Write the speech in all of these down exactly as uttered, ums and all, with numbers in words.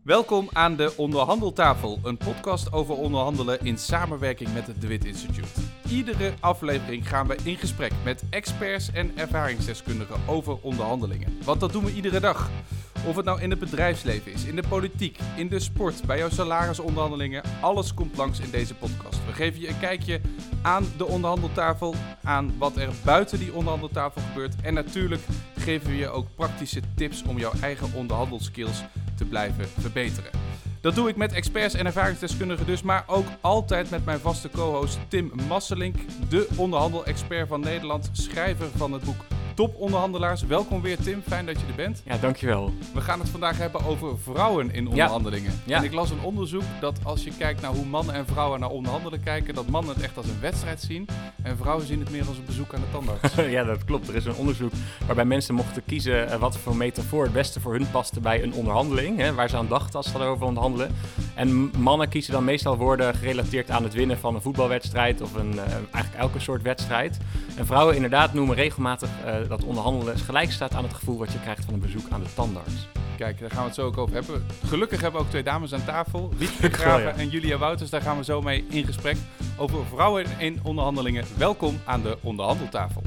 Welkom aan de Onderhandeltafel, een podcast over onderhandelen in samenwerking met het De Wit Instituut. Iedere aflevering gaan we in gesprek met experts en ervaringsdeskundigen over onderhandelingen. Want dat doen we iedere dag. Of het nou in het bedrijfsleven is, in de politiek, in de sport, bij jouw salarisonderhandelingen, alles komt langs in deze podcast. We geven je een kijkje aan de onderhandeltafel, aan wat er buiten die onderhandeltafel gebeurt. En natuurlijk geven we je ook praktische tips om jouw eigen onderhandelskills te blijven verbeteren. Dat doe ik met experts en ervaringsdeskundigen dus, maar ook altijd met mijn vaste co-host Tim Masselink, de onderhandelexpert van Nederland, schrijver van het boek Toponderhandelaars. Welkom weer Tim, fijn dat je er bent. Ja, dankjewel. We gaan het vandaag hebben over vrouwen in onderhandelingen. Ja. Ja. En ik las een onderzoek dat als je kijkt naar hoe mannen en vrouwen naar onderhandelen kijken, dat mannen het echt als een wedstrijd zien en vrouwen zien het meer als een bezoek aan de tandarts. Ja, dat klopt. Er is een onderzoek waarbij mensen mochten kiezen wat voor metafoor het beste voor hun paste bij een onderhandeling, hè, waar ze aan dachten als ze daarover onderhandelen. En mannen kiezen dan meestal woorden gerelateerd aan het winnen van een voetbalwedstrijd of een, uh, eigenlijk elke soort wedstrijd. En vrouwen inderdaad noemen regelmatig uh, dat onderhandelen gelijk staat aan het gevoel wat je krijgt van een bezoek aan de tandarts. Kijk, daar gaan we het zo ook over hebben. Gelukkig hebben we ook twee dames aan tafel. Wietke Graven ja. en Julia Wouters. Daar gaan we zo mee in gesprek over vrouwen in onderhandelingen. Welkom aan de onderhandeltafel.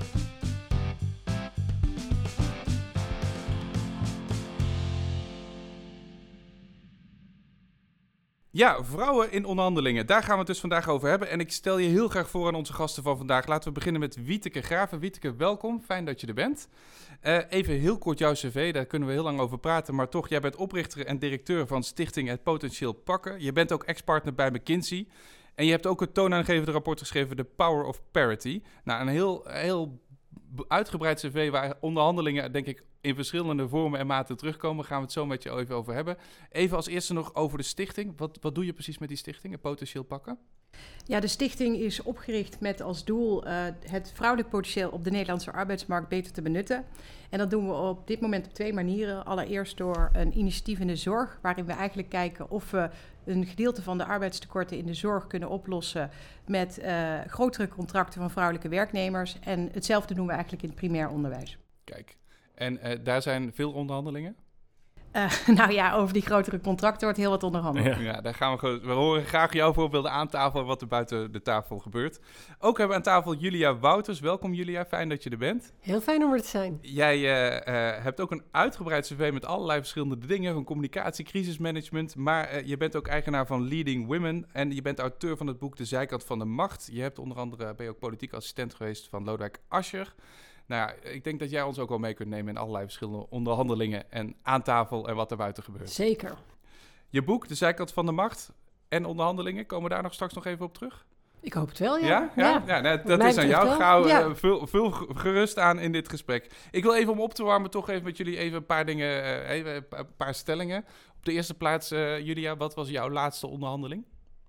Ja, vrouwen in onderhandelingen. Daar gaan we het dus vandaag over hebben. En ik stel je heel graag voor aan onze gasten van vandaag. Laten we beginnen met Wietke Graven. Wietke, welkom. Fijn dat je er bent. Uh, even heel kort jouw cv, daar kunnen we heel lang over praten. Maar toch, jij bent oprichter en directeur van Stichting Het Potentieel Pakken. Je bent ook ex-partner bij McKinsey. En je hebt ook het toonaangevende rapport geschreven, The Power of Parity. Nou, een heel, heel uitgebreid cv waar onderhandelingen, denk ik, in verschillende vormen en maten terugkomen. Daar gaan we het zo met je even over hebben. Even als eerste nog over de stichting. Wat, wat doe je precies met die stichting, Het Potentieel Pakken? Ja, de stichting is opgericht met als doel uh, het vrouwelijk potentieel op de Nederlandse arbeidsmarkt beter te benutten. En dat doen we op dit moment op twee manieren. Allereerst door een initiatief in de zorg, waarin we eigenlijk kijken of we een gedeelte van de arbeidstekorten in de zorg kunnen oplossen met uh, grotere contracten van vrouwelijke werknemers. En hetzelfde doen we eigenlijk in het primair onderwijs. Kijk, en uh, daar zijn veel onderhandelingen? Uh, nou ja, over die grotere contracten wordt heel wat onderhandeld. Ja, ja daar gaan we, we horen graag jouw voorbeelden aan tafel en wat er buiten de tafel gebeurt. Ook hebben we aan tafel Julia Wouters. Welkom Julia, fijn dat je er bent. Heel fijn om er te zijn. Jij uh, uh, hebt ook een uitgebreid cv met allerlei verschillende dingen, van communicatie, crisismanagement, maar uh, je bent ook eigenaar van Leading Women en je bent auteur van het boek De Zijkant van de Macht. Je hebt onder andere, ben je ook politiek assistent geweest van Lodewijk Asscher. Nou ja, ik denk dat jij ons ook wel mee kunt nemen in allerlei verschillende onderhandelingen en aan tafel en wat er buiten gebeurt. Zeker. Je boek, De Zijkant van de Macht en onderhandelingen, komen we daar nog straks nog even op terug? Ik hoop het wel, ja. Ja? Ja? ja. ja nou, dat is aan jou. Gauw ja. uh, veel, veel gerust aan in dit gesprek. Ik wil even om op te warmen toch even met jullie even een paar dingen, uh, even een paar stellingen. Op de eerste plaats, uh, Julia, wat was jouw laatste onderhandeling?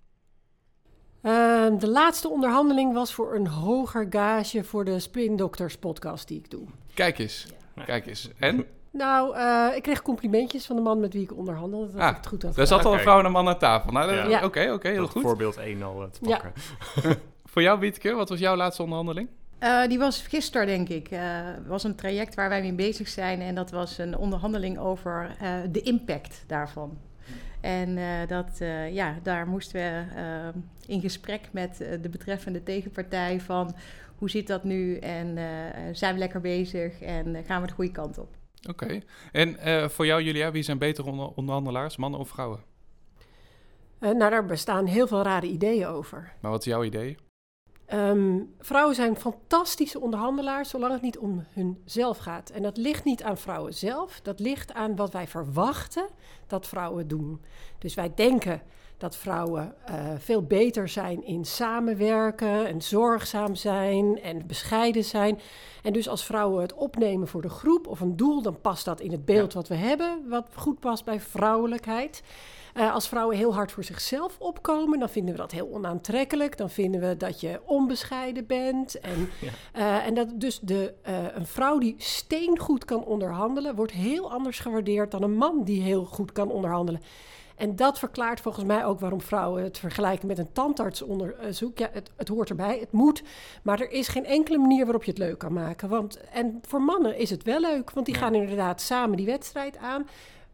Uh, de laatste onderhandeling was voor een hoger gage voor de Spin Doctors podcast die ik doe. Kijk eens, ja. kijk eens. En? Nou, uh, ik kreeg complimentjes van de man met wie ik onderhandelde. Dat ah, ik het goed had. Er zat al een vrouw en een man aan tafel. Nou, Oké, ja. oké, okay, okay, heel goed. Voorbeeld één al uh, te pakken. Ja. Voor jou, Wietke, wat was jouw laatste onderhandeling? Uh, die was gisteren, denk ik. Het uh, was een traject waar wij mee bezig zijn. En dat was een onderhandeling over uh, de impact daarvan. En uh, dat, uh, ja, daar moesten we uh, in gesprek met uh, de betreffende tegenpartij van hoe zit dat nu en uh, zijn we lekker bezig en uh, gaan we de goede kant op. Oké. Okay. En uh, voor jou, Julia, wie zijn betere onder- onderhandelaars, mannen of vrouwen? Uh, nou, daar bestaan heel veel rare ideeën over. Maar wat is jouw idee? Um, vrouwen zijn fantastische onderhandelaars, zolang het niet om hunzelf gaat. En dat ligt niet aan vrouwen zelf, dat ligt aan wat wij verwachten dat vrouwen doen. Dus wij denken dat vrouwen uh, veel beter zijn in samenwerken en zorgzaam zijn en bescheiden zijn. En dus als vrouwen het opnemen voor de groep of een doel, dan past dat in het beeld ja. wat we hebben, wat goed past bij vrouwelijkheid. Uh, als vrouwen heel hard voor zichzelf opkomen, dan vinden we dat heel onaantrekkelijk. Dan vinden we dat je onbescheiden bent. En, ja. uh, en dat dus de, uh, een vrouw die steengoed kan onderhandelen, wordt heel anders gewaardeerd dan een man die heel goed kan onderhandelen. En dat verklaart volgens mij ook waarom vrouwen het vergelijken met een tandartsonderzoek. Ja, het, het hoort erbij, het moet. Maar er is geen enkele manier waarop je het leuk kan maken. Want, en voor mannen is het wel leuk, want die ja. gaan inderdaad samen die wedstrijd aan.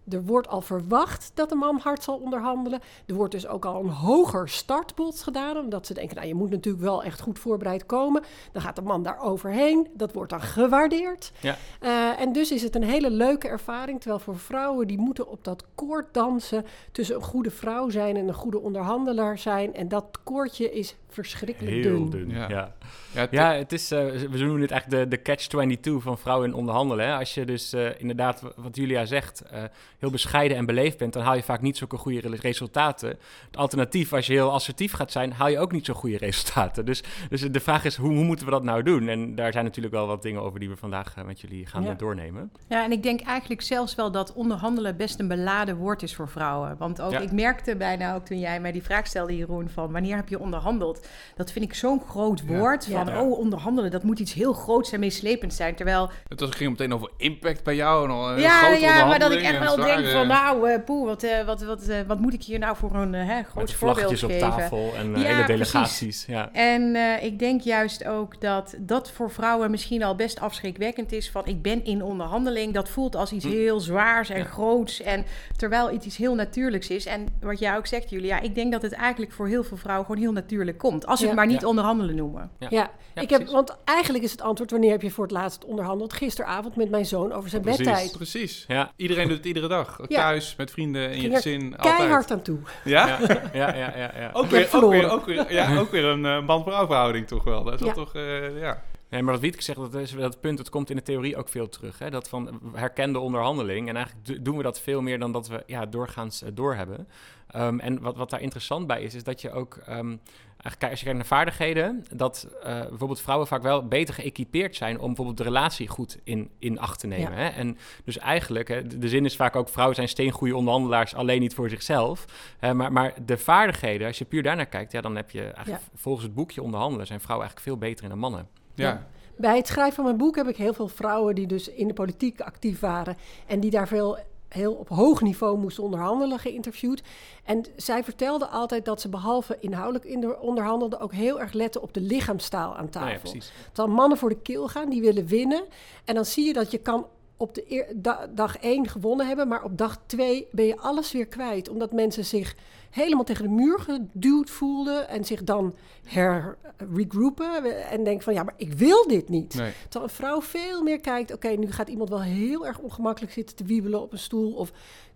er wordt al verwacht dat de man hard zal onderhandelen. Er wordt dus ook al een hoger startbod gedaan, omdat ze denken, nou, je moet natuurlijk wel echt goed voorbereid komen. Dan gaat de man daar overheen. Dat wordt dan gewaardeerd. Ja. Uh, en dus is het een hele leuke ervaring. Terwijl voor vrouwen, die moeten op dat koord dansen tussen een goede vrouw zijn en een goede onderhandelaar zijn. En dat koordje is verschrikkelijk Heel dun. dun. Ja, ja. Ja, t- ja het is, uh, we noemen het eigenlijk de, de catch twenty-two van vrouwen in onderhandelen. Hè? Als je dus uh, inderdaad, wat Julia zegt, uh, heel bescheiden en beleefd bent, dan haal je vaak niet zulke goede re- resultaten. Het alternatief, als je heel assertief gaat zijn, haal je ook niet zo goede resultaten. Dus, dus de vraag is, hoe, hoe moeten we dat nou doen? En daar zijn natuurlijk wel wat dingen over die we vandaag uh, met jullie gaan Ja. uh, doornemen. Ja, en ik denk eigenlijk zelfs wel dat onderhandelen best een beladen woord is voor vrouwen. Want ook Ja. ik merkte bijna ook toen jij mij die vraag stelde, Jeroen, van wanneer heb je onderhandeld? Dat vind ik zo'n groot woord. Ja. Van, Ja. oh, onderhandelen, dat moet iets heel groots en meeslepend zijn. Terwijl, Het was, ging meteen over impact bij jou. En al een ja, grote ja, maar dat ik onderhandeling echt en wel zware- denk van, nou, uh, poeh, wat, uh, wat, wat, uh, wat moet ik hier nou voor een uh, hè, Met groot voorbeeld vlaggetjes op geven? tafel en uh, Ja, hele precies. delegaties. Ja. En uh, ik denk juist ook dat dat voor vrouwen misschien al best afschrikwekkend is. Van ik ben in onderhandeling. Dat voelt als iets Hm. heel zwaars en Ja. groots. En terwijl het iets heel natuurlijks is. En wat jij ook zegt, Julia, ik denk dat het eigenlijk voor heel veel vrouwen gewoon heel natuurlijk komt. Als we Ja. het maar niet Ja. onderhandelen noemen. Ja. Ja, Ja, ik heb, precies. want eigenlijk is het antwoord, wanneer heb je voor het laatst onderhandeld? Gisteravond met mijn zoon over zijn Precies. bedtijd. Precies. Ja. Iedereen doet het iedere dag. Ja. Thuis, met vrienden, in je Ging er gezin, altijd. Keihard aan toe. Ja? Ja, ja, ja, ja, ja. Ook, Ik weer, heb ook, weer, verloren. ook, weer, ja, ook weer een uh, man-vrouw verhouding toch wel. Dat is Ja. wel toch, uh, ja. Nee, maar wat Wietke zegt, dat, is, dat punt, dat komt in de theorie ook veel terug. Hè? Dat van herkende onderhandeling. En eigenlijk do- doen we dat veel meer dan dat we ja, doorgaans uh, doorhebben. Um, en wat, wat daar interessant bij is, is dat je ook... Um, Eigenlijk, als je kijkt naar vaardigheden, dat uh, bijvoorbeeld vrouwen vaak wel beter geëquipeerd zijn om bijvoorbeeld de relatie goed in, in acht te nemen. Ja. Hè? En dus eigenlijk, hè, de, de zin is vaak ook, vrouwen zijn steengoede onderhandelaars, alleen niet voor zichzelf. Uh, maar, maar de vaardigheden, als je puur daarnaar kijkt, ja, dan heb je eigenlijk Ja. volgens het boekje onderhandelen, zijn vrouwen eigenlijk veel beter in dan mannen. Ja. Ja. Bij het schrijven van mijn boek heb ik heel veel vrouwen die dus in de politiek actief waren en die daar veel heel op hoog niveau moesten onderhandelen, geïnterviewd. En zij vertelden altijd dat ze behalve inhoudelijk in de onderhandelden ook heel erg letten op de lichaamstaal aan tafel. Nou ja, precies. Terwijl mannen voor de keel gaan, die willen winnen. En dan zie je dat je kan op de eer, da, dag één gewonnen hebben, maar op dag twee ben je alles weer kwijt. Omdat mensen zich helemaal tegen de muur geduwd voelden en zich dan her regroupen en denken van ja, maar ik wil dit niet. Nee. Terwijl een vrouw veel meer kijkt, oké, okay, nu gaat iemand wel heel erg ongemakkelijk zitten te wiebelen op een stoel of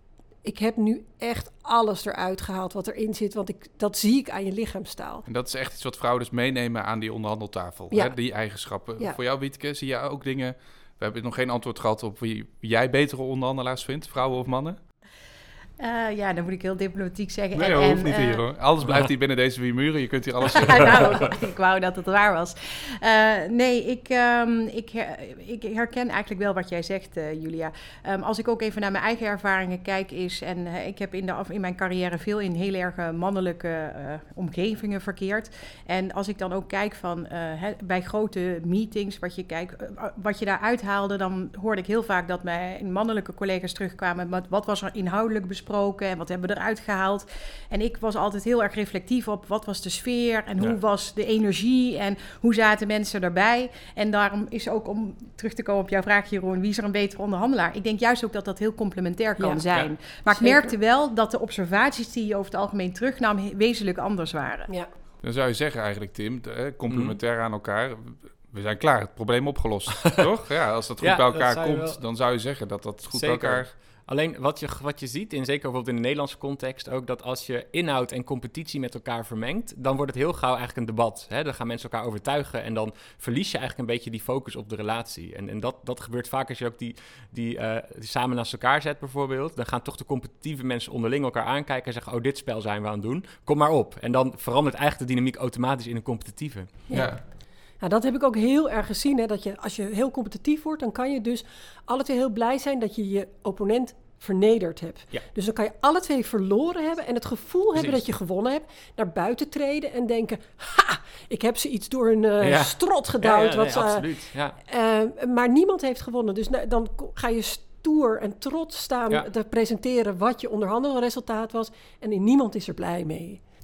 ik heb nu echt alles eruit gehaald wat erin zit, want ik, dat zie ik aan je lichaamstaal. En dat is echt iets wat vrouwen dus meenemen aan die onderhandeltafel. Ja. Hè? Die eigenschappen. Ja. Voor jou, Wietke, zie jij ook dingen... We hebben nog geen antwoord gehad op wie jij betere onderhandelaars vindt, vrouwen of mannen? Uh, ja, dan moet ik heel diplomatiek zeggen. Nee, en, hoor, en, hoeft niet uh, hier hoor. Alles blijft hier binnen deze vier muren. Je kunt hier alles zeggen. nou, ik wou dat het waar was. Uh, nee, ik, um, ik, her, ik herken eigenlijk wel wat jij zegt, uh, Julia. Um, als ik ook even naar mijn eigen ervaringen kijk is... en uh, ik heb in, de, in mijn carrière veel in heel erg mannelijke uh, omgevingen verkeerd. En als ik dan ook kijk van uh, he, bij grote meetings, wat je, kijkt, uh, wat je daar uithaalde... dan hoorde ik heel vaak dat mijn mannelijke collega's terugkwamen... met wat was er inhoudelijk besproken en wat hebben we eruit gehaald. En ik was altijd heel erg reflectief op wat was de sfeer en hoe ja. was de energie en hoe zaten mensen erbij. En daarom is ook, om terug te komen op jouw vraag, Jeroen, wie is er een betere onderhandelaar? Ik denk juist ook dat dat heel complementair kan Ja. zijn. Ja. Maar Zeker. ik merkte wel dat de observaties die je over het algemeen terugnam he- wezenlijk anders waren. Ja. Dan zou je zeggen eigenlijk, Tim, eh, complementair aan elkaar... We zijn klaar, het probleem opgelost, toch? Ja, als dat goed Ja, bij dat elkaar zou je komt, wel- dan zou je zeggen dat dat goed Zeker. bij elkaar... Alleen wat je, wat je ziet, en zeker bijvoorbeeld in de Nederlandse context ook, dat als je inhoud en competitie met elkaar vermengt, dan wordt het heel gauw eigenlijk een debat. Hè? Dan gaan mensen elkaar overtuigen en dan verlies je eigenlijk een beetje die focus op de relatie. En, en dat, dat gebeurt vaak als je ook die, die, uh, die samen naast elkaar zet bijvoorbeeld. Dan gaan toch de competitieve mensen onderling elkaar aankijken en zeggen, oh, dit spel zijn we aan het doen, kom maar op. En dan verandert eigenlijk de dynamiek automatisch in een competitieve. Ja. Ja. Nou, dat heb ik ook heel erg gezien. Hè, dat je, als je heel competitief wordt, dan kan je dus alle twee heel blij zijn dat je je opponent vernederd hebt. Ja. Dus dan kan je alle twee verloren hebben en het gevoel Precies. hebben dat je gewonnen hebt, naar buiten treden en denken, ha, ik heb ze iets door hun uh, Ja. strot gedouwd. Ja, ja, wat nee, ze, absoluut. Ja. uh, maar niemand heeft gewonnen. Dus nou, dan ko- ga je stoer en trots staan Ja. te presenteren wat je onderhandelresultaat was en niemand is er blij mee. Ja.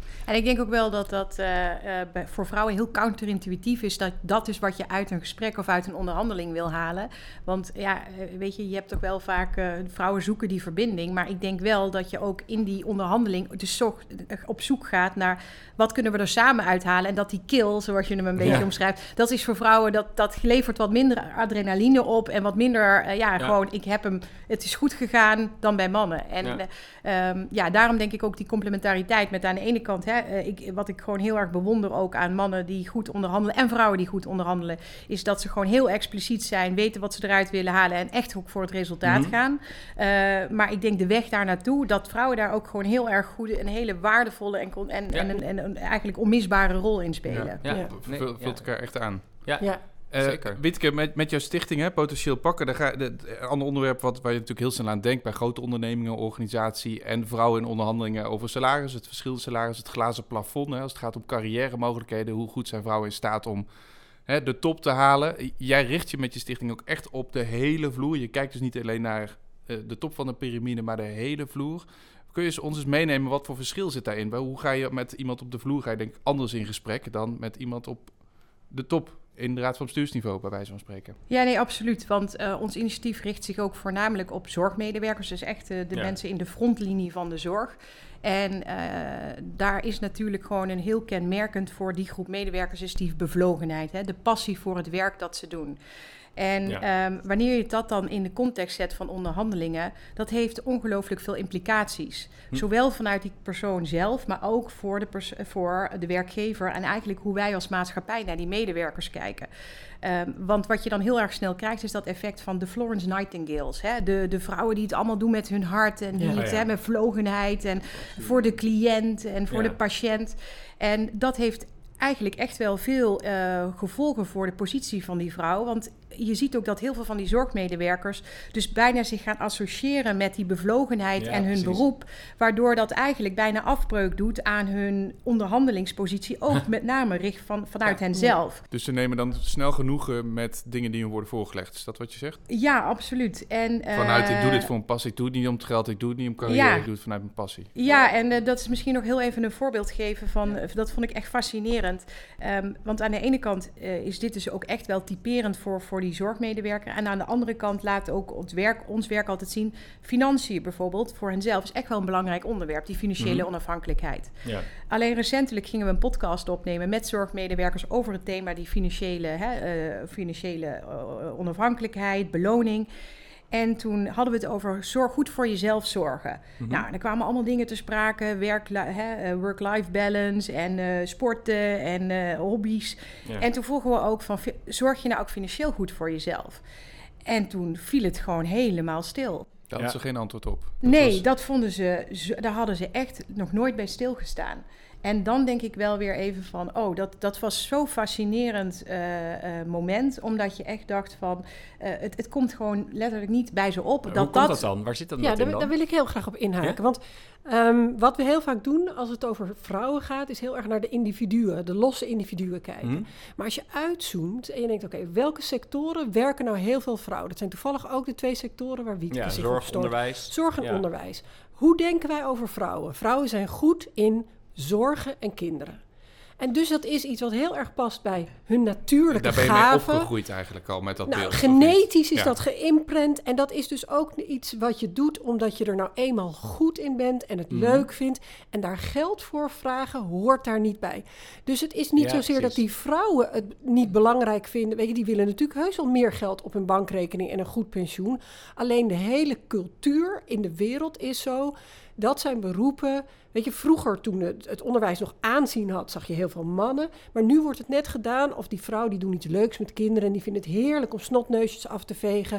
En ik denk ook wel dat dat uh, uh, bij, voor vrouwen heel counterintuïtief is. Dat dat is wat je uit een gesprek of uit een onderhandeling wil halen. Want ja, uh, weet je, je hebt toch wel vaak uh, vrouwen zoeken die verbinding. Maar ik denk wel dat je ook in die onderhandeling dus zo, uh, op zoek gaat naar wat kunnen we er samen uithalen. En dat die kill, zoals je hem een beetje ja. omschrijft, dat is voor vrouwen, dat, dat levert wat minder adrenaline op. En wat minder, uh, ja, ja, gewoon ik heb hem, het is goed gegaan dan bij mannen. En ja, uh, um, ja daarom denk ik ook die complementariteit met aan de ene kant... Hè, Uh, ik, wat ik gewoon heel erg bewonder ook aan mannen die goed onderhandelen en vrouwen die goed onderhandelen, is dat ze gewoon heel expliciet zijn, weten wat ze eruit willen halen en echt ook voor het resultaat mm-hmm. gaan. Uh, maar ik denk de weg daar naartoe, dat vrouwen daar ook gewoon heel erg goed, een hele waardevolle en, en, ja. en, en, en een eigenlijk onmisbare rol in spelen. Ja, ja. ja. Nee, vult ja. elkaar echt aan. Ja. ja. Uh, Zeker. Wietke, met, met jouw stichting, hè, potentieel pakken, daar ga, een ander onderwerp wat, waar je natuurlijk heel snel aan denkt bij grote ondernemingen, organisatie en vrouwen in onderhandelingen over salaris, het verschil in salaris, het glazen plafond. Hè, als het gaat om carrière mogelijkheden, hoe goed zijn vrouwen in staat om hè, de top te halen. Jij richt je met je stichting ook echt op de hele vloer. Je kijkt dus niet alleen naar uh, de top van de piramide, maar de hele vloer. Kun je ons eens meenemen, wat voor verschil zit daarin? Hoe ga je met iemand op de vloer, ga je denk ik anders in gesprek dan met iemand op de top? In de raad van bestuursniveau, bij wijze van spreken. Ja, nee, absoluut. Want uh, ons initiatief richt zich ook voornamelijk op zorgmedewerkers. Dus echt uh, de ja. mensen in de frontlinie van de zorg. En uh, daar is natuurlijk gewoon een heel kenmerkend voor die groep medewerkers is die bevlogenheid. Hè? De passie voor het werk dat ze doen. En ja. um, wanneer je dat dan in de context zet van onderhandelingen, dat heeft ongelooflijk veel implicaties. Hm. Zowel vanuit die persoon zelf, maar ook voor de, pers- voor de werkgever en eigenlijk hoe wij als maatschappij naar die medewerkers kijken. Um, want wat je dan heel erg snel krijgt, is dat effect van de Florence Nightingales. Hè? De, de vrouwen die het allemaal doen met hun hart en die ja, het ja. Hè, met vlogenheid en voor de cliënt en voor ja. de patiënt. En dat heeft eigenlijk echt wel veel uh, gevolgen voor de positie van die vrouw. Want je ziet ook dat heel veel van die zorgmedewerkers dus bijna zich gaan associëren met die bevlogenheid ja, en hun precies. beroep, waardoor dat eigenlijk bijna afbreuk doet aan hun onderhandelingspositie, ook met name richt van, vanuit ja. henzelf. Dus ze nemen dan snel genoegen met dingen die hun worden voorgelegd. Is dat wat je zegt? Ja, absoluut. En, uh, vanuit ik doe dit voor een passie, ik doe het niet om het geld, ik doe het niet om carrière, ja. ik doe het vanuit mijn passie. Ja, en uh, dat is misschien nog heel even een voorbeeld geven van, ja. uh, dat vond ik echt fascinerend. Um, want aan de ene kant uh, is dit dus ook echt wel typerend voor, voor die zorgmedewerker. En aan de andere kant laat ook ons werk, ons werk altijd zien, financiën bijvoorbeeld, voor henzelf is echt wel een belangrijk onderwerp, die financiële mm-hmm. onafhankelijkheid. Ja. Alleen recentelijk gingen we een podcast opnemen met zorgmedewerkers over het thema die financiële, hè, uh, financiële uh, onafhankelijkheid, beloning. En toen hadden we het over zorg goed voor jezelf zorgen. Mm-hmm. Nou, er kwamen allemaal dingen te sprake, werk, hè, work-life balance en uh, sporten en uh, hobby's. Ja. En toen vroegen we ook van, zorg je nou ook financieel goed voor jezelf? En toen viel het gewoon helemaal stil. Daar hadden ja. ze geen antwoord op. Dat nee, was... dat vonden ze, daar hadden ze echt nog nooit bij stilgestaan. En dan denk ik wel weer even van, oh, dat, dat was zo'n fascinerend uh, uh, moment. Omdat je echt dacht van, uh, het, het komt gewoon letterlijk niet bij ze op. Hoe dat komt dat, dat dan? Waar zit dat ja, in dan? Daar wil ik heel graag op inhaken. Ja? Want um, wat we heel vaak doen als het over vrouwen gaat, is heel erg naar de individuen, de losse individuen kijken. Mm. Maar als je uitzoomt en je denkt, oké, okay, welke sectoren werken nou heel veel vrouwen? Dat zijn toevallig ook de twee sectoren waar Wietke ja, zich zorg, op stort. onderwijs. Zorg en ja. onderwijs. Hoe denken wij over vrouwen? Vrouwen zijn goed in zorgen en kinderen. En dus dat is iets wat heel erg past bij hun natuurlijke gaven. Daar ben je mee opgegroeid eigenlijk al met dat nou, beeld. Genetisch is ja. dat geïmprent. En dat is dus ook iets wat je doet omdat je er nou eenmaal goed in bent en het mm. leuk vindt. En daar geld voor vragen hoort daar niet bij. Dus het is niet ja, zozeer precies. dat die vrouwen het niet belangrijk vinden. Weet je, die willen natuurlijk heus wel meer geld op hun bankrekening en een goed pensioen. Alleen de hele cultuur in de wereld is zo. Dat zijn beroepen. Weet je, vroeger toen het, het onderwijs nog aanzien had, zag je heel veel mannen. Maar nu wordt het net gedaan of die vrouw die doen iets leuks met kinderen en die vinden het heerlijk om snotneusjes af te vegen.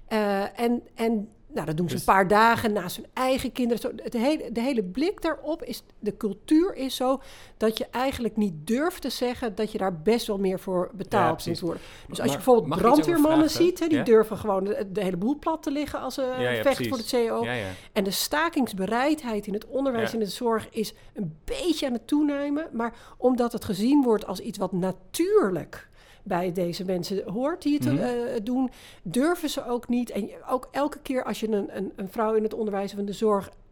Uh, en, en nou, dat doen ze dus een paar dagen naast hun eigen kinderen. Zo, het hele, de hele blik daarop is, de cultuur is zo dat je eigenlijk niet durft te zeggen dat je daar best wel meer voor betaald ja, moet worden. Dus maar, als je bijvoorbeeld brandweermannen ziet, hè, die ja? durven gewoon de, de hele boel plat te liggen als ze ja, ja, vechten precies. voor de C O. Ja, ja. En de stakingsbereidheid in het onderwijs en ja. in de zorg is een beetje aan het toenemen. Maar omdat het gezien wordt als iets wat natuurlijk bij deze mensen hoort die het mm-hmm. uh, doen, durven ze ook niet. En ook elke keer als je een, een, een vrouw in het onderwijs of in de zorg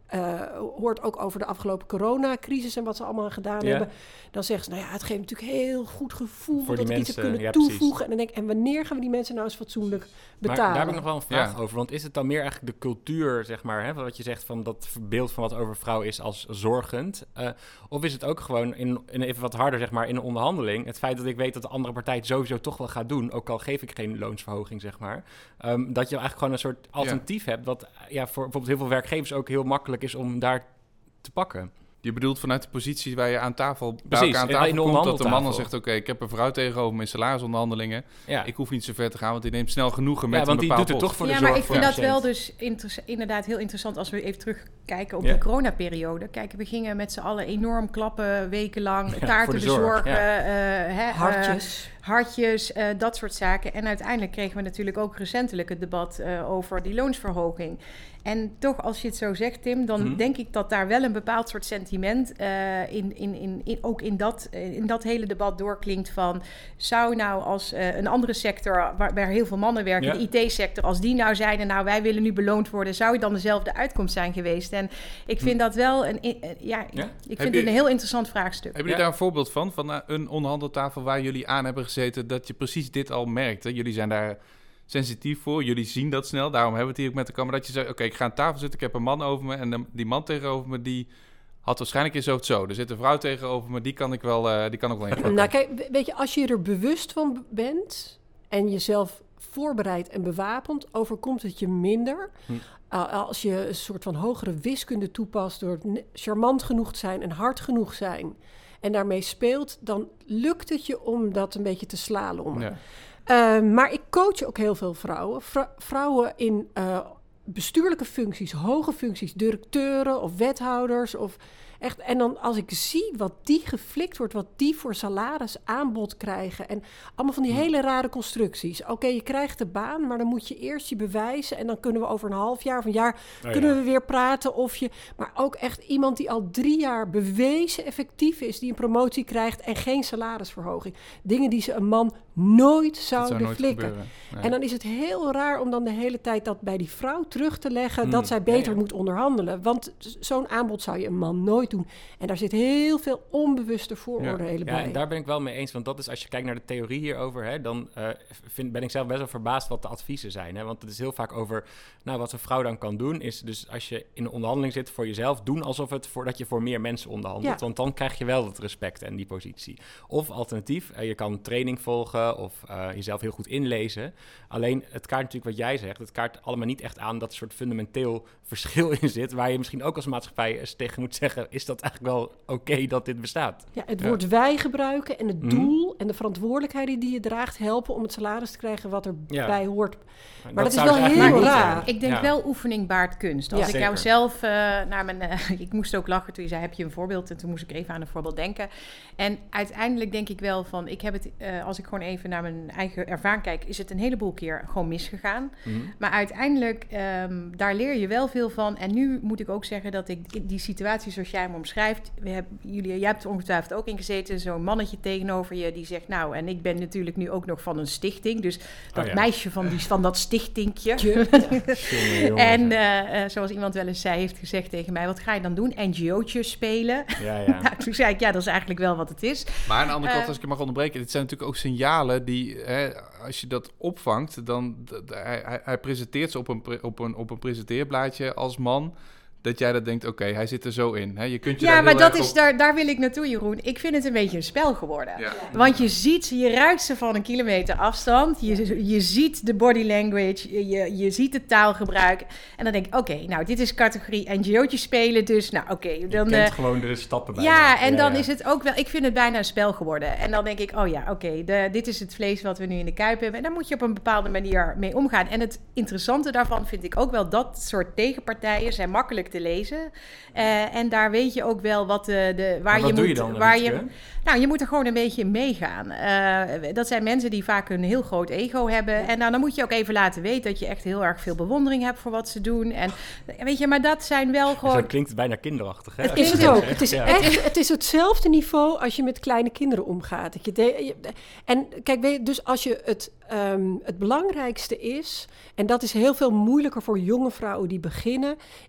uh, hoort ook over de afgelopen coronacrisis en wat ze allemaal gedaan ja. hebben. Dan zeggen ze, nou ja, het geeft natuurlijk heel goed gevoel Voor dat we mensen, iets kunnen ja, toevoegen. En dan denk ik, en wanneer gaan we die mensen nou eens fatsoenlijk betalen? Maar daar heb ik nog wel een vraag Ja. over. Want is het dan meer eigenlijk de cultuur, zeg maar, hè, wat je zegt van dat beeld van wat over vrouw is als zorgend? Uh, of is het ook gewoon, in, in even wat harder, zeg maar, in een onderhandeling, het feit dat ik weet dat de andere partij het sowieso toch wel gaat doen, ook al geef ik geen loonsverhoging, zeg maar, um, dat je eigenlijk gewoon een soort alternatief ja. hebt, wat ja, voor bijvoorbeeld heel veel werkgevers ook heel makkelijk is om daar te pakken. Je bedoelt vanuit de positie waar je aan tafel, bij Precies, elkaar aan in- tafel in de komt, dat de man dan onderhandeltafel. zegt, oké, okay, ik heb een vrouw tegenover mijn salarisonderhandelingen. Ja. Ik hoef niet zo ver te gaan, want die neemt snel genoegen met Ja, want een die bepaald doet het pot. toch voor de ja, zorg maar ik voor vind de dat wel patiënt. dus interess- inderdaad heel interessant als we even terugkijken op Ja. die coronaperiode. Kijk, we gingen met z'n allen enorm klappen, wekenlang, Ja, kaarten voor de zorg, bezorgen, ja. uh, hè, Hartjes. uh, hartjes, uh, dat soort zaken. En uiteindelijk kregen we natuurlijk ook recentelijk het debat uh, over die loonsverhoging. En toch, als je het zo zegt, Tim, dan Mm-hmm. denk ik dat daar wel een bepaald soort sentiment uh, in, in, in, in, ook in dat, uh, in dat hele debat doorklinkt van, zou nou als uh, een andere sector, waar, waar heel veel mannen werken, Ja. de I T-sector, als die nou zeiden, nou wij willen nu beloond worden, zou het dan dezelfde uitkomst zijn geweest? En ik vind Hm. dat wel een, uh, ja, Ja? ik Heb vind je- het een heel interessant vraagstuk. Hebben jullie Ja. daar een voorbeeld van? Van uh, een onderhandeltafel waar jullie aan hebben gezeten, dat je precies dit al merkt? Hè? Jullie zijn daar sensitief voor, jullie zien dat snel. Daarom hebben we het hier ook met elkaar. Maar dat je zegt, oké, okay, ik ga aan tafel zitten, ik heb een man over me. En de, die man tegenover me, die had waarschijnlijk in zo het zo. Er zit een vrouw tegenover me, die kan ik wel, uh, die kan ik wel inpakken. Nou kijk, we- weet je, als je er bewust van bent en jezelf voorbereid en bewapend, overkomt het je minder. Hm. Uh, als je een soort van hogere wiskunde toepast door ne- charmant genoeg te zijn en hard genoeg zijn en daarmee speelt, dan lukt het je om dat een beetje te slalommen. Ja. Uh, maar ik coach ook heel veel vrouwen. Vrou- vrouwen in uh, bestuurlijke functies, hoge functies, directeuren of wethouders. Of echt, en dan als ik zie wat die geflikt wordt, wat die voor salaris aanbod krijgen. En allemaal van die hele rare constructies. Oké, okay, je krijgt de baan, maar dan moet je eerst je bewijzen. En dan kunnen we over een half jaar of een jaar Oh, kunnen ja. we weer praten of je. Maar ook echt iemand die al drie jaar bewezen effectief is, die een promotie krijgt en geen salarisverhoging. Dingen die ze een man nooit Dat zouden zou nooit flikken. gebeuren. Nee. En dan is het heel raar om dan de hele tijd dat bij die vrouw terug te leggen, Hmm, dat zij beter ja, ja. moet onderhandelen. Want z- zo'n aanbod zou je een man nooit doen. En daar zit heel veel onbewuste vooroordelen Ja, bij. en daar ben ik wel mee eens. Want dat is, als je kijkt naar de theorie hierover, hè, dan uh, vind, ben ik zelf best wel verbaasd wat de adviezen zijn. Hè? Want het is heel vaak over, nou, wat een vrouw dan kan doen, is dus als je in een onderhandeling zit voor jezelf, doen alsof het voor, dat je voor meer mensen onderhandelt. Ja. Want dan krijg je wel dat respect en die positie. Of alternatief, uh, je kan training volgen of uh, jezelf heel goed inlezen. Alleen, het kaart natuurlijk wat jij zegt, het kaart allemaal niet echt aan dat er een soort fundamenteel verschil in zit, waar je misschien ook als maatschappij eens tegen moet zeggen, is dat eigenlijk wel oké okay dat dit bestaat? Ja, het Ja. woord wij gebruiken en het Mhm. doel en de verantwoordelijkheden die je draagt helpen om het salaris te krijgen wat erbij Ja. hoort. Maar dat is zou wel dus eigenlijk heel niet raar. zijn. Ik denk Ja. wel oefening baart kunst. Als Ja. ik Zeker. jou zelf uh, naar mijn... Uh, ik moest ook lachen toen je zei, heb je een voorbeeld? En toen moest ik even aan een voorbeeld denken. En uiteindelijk denk ik wel van, ik heb het, uh, als ik gewoon even naar mijn eigen ervaring kijk, is het een heleboel keer gewoon misgegaan. Mhm. Maar uiteindelijk, um, daar leer je wel veel van. En nu moet ik ook zeggen dat ik in die situatie zoals jij hem omschrijft, we hebben, jullie, jij hebt er ongetwijfeld ook in gezeten, zo'n mannetje tegenover je die zegt, nou, en ik ben natuurlijk nu ook nog van een stichting, dus dat ja. meisje van, die, van dat stichtingje. Jongen, jongen, En zeg. uh, uh, zoals iemand wel eens zei, heeft gezegd tegen mij, wat ga je dan doen? N G O'tjes spelen? ja, ja. Nou, toen zei ik, ja, dat is eigenlijk wel wat het is. Maar aan de andere kant, Uh, als ik je mag onderbreken, dit zijn natuurlijk ook signalen die, hè, als je dat opvangt, dan d- d- hij, hij- hij presenteert ze op een, pre- op, een, op een presenteerblaadje als man, dat jij dat denkt, oké, okay, hij zit er zo in. Hè? Je kunt je Ja, daar maar heel dat erg is, op- daar, daar wil ik naartoe, Jeroen. Ik vind het een beetje een spel geworden. Ja. Want je ziet ze, je ruikt ze van een kilometer afstand. Je, je ziet de body language, je, je ziet het taalgebruik. En dan denk ik, oké, okay, nou, dit is categorie N G O'tjes spelen. Dus, nou, oké. Okay, Je dan kent uh, gewoon de stappen bij. ja, en dan is het ook wel... Ik vind het bijna een spel geworden. En dan denk ik, oh ja, oké, okay, dit is het vlees wat we nu in de kuip hebben. En daar moet je op een bepaalde manier mee omgaan. En het interessante daarvan vind ik ook wel, dat soort tegenpartijen zijn makkelijk te lezen. Uh, en daar weet je ook wel wat de... de waar maar wat je doe moet, je dan? waar je... je, nou, je moet er gewoon een beetje in meegaan. Uh, dat zijn mensen die vaak een heel groot ego hebben. En nou, dan moet je ook even laten weten dat je echt heel erg veel bewondering hebt voor wat ze doen. En weet je, maar dat zijn wel gewoon... Zo klinkt het bijna kinderachtig, hè? Het Als is je het zo ook. zegt. Het is, Ja. echt, het is hetzelfde niveau als je met kleine kinderen omgaat. Dat je de, je, en kijk, weet je, dus als je het, um, het belangrijkste is, en dat is heel veel moeilijker voor jonge vrouwen die beginnen, is dat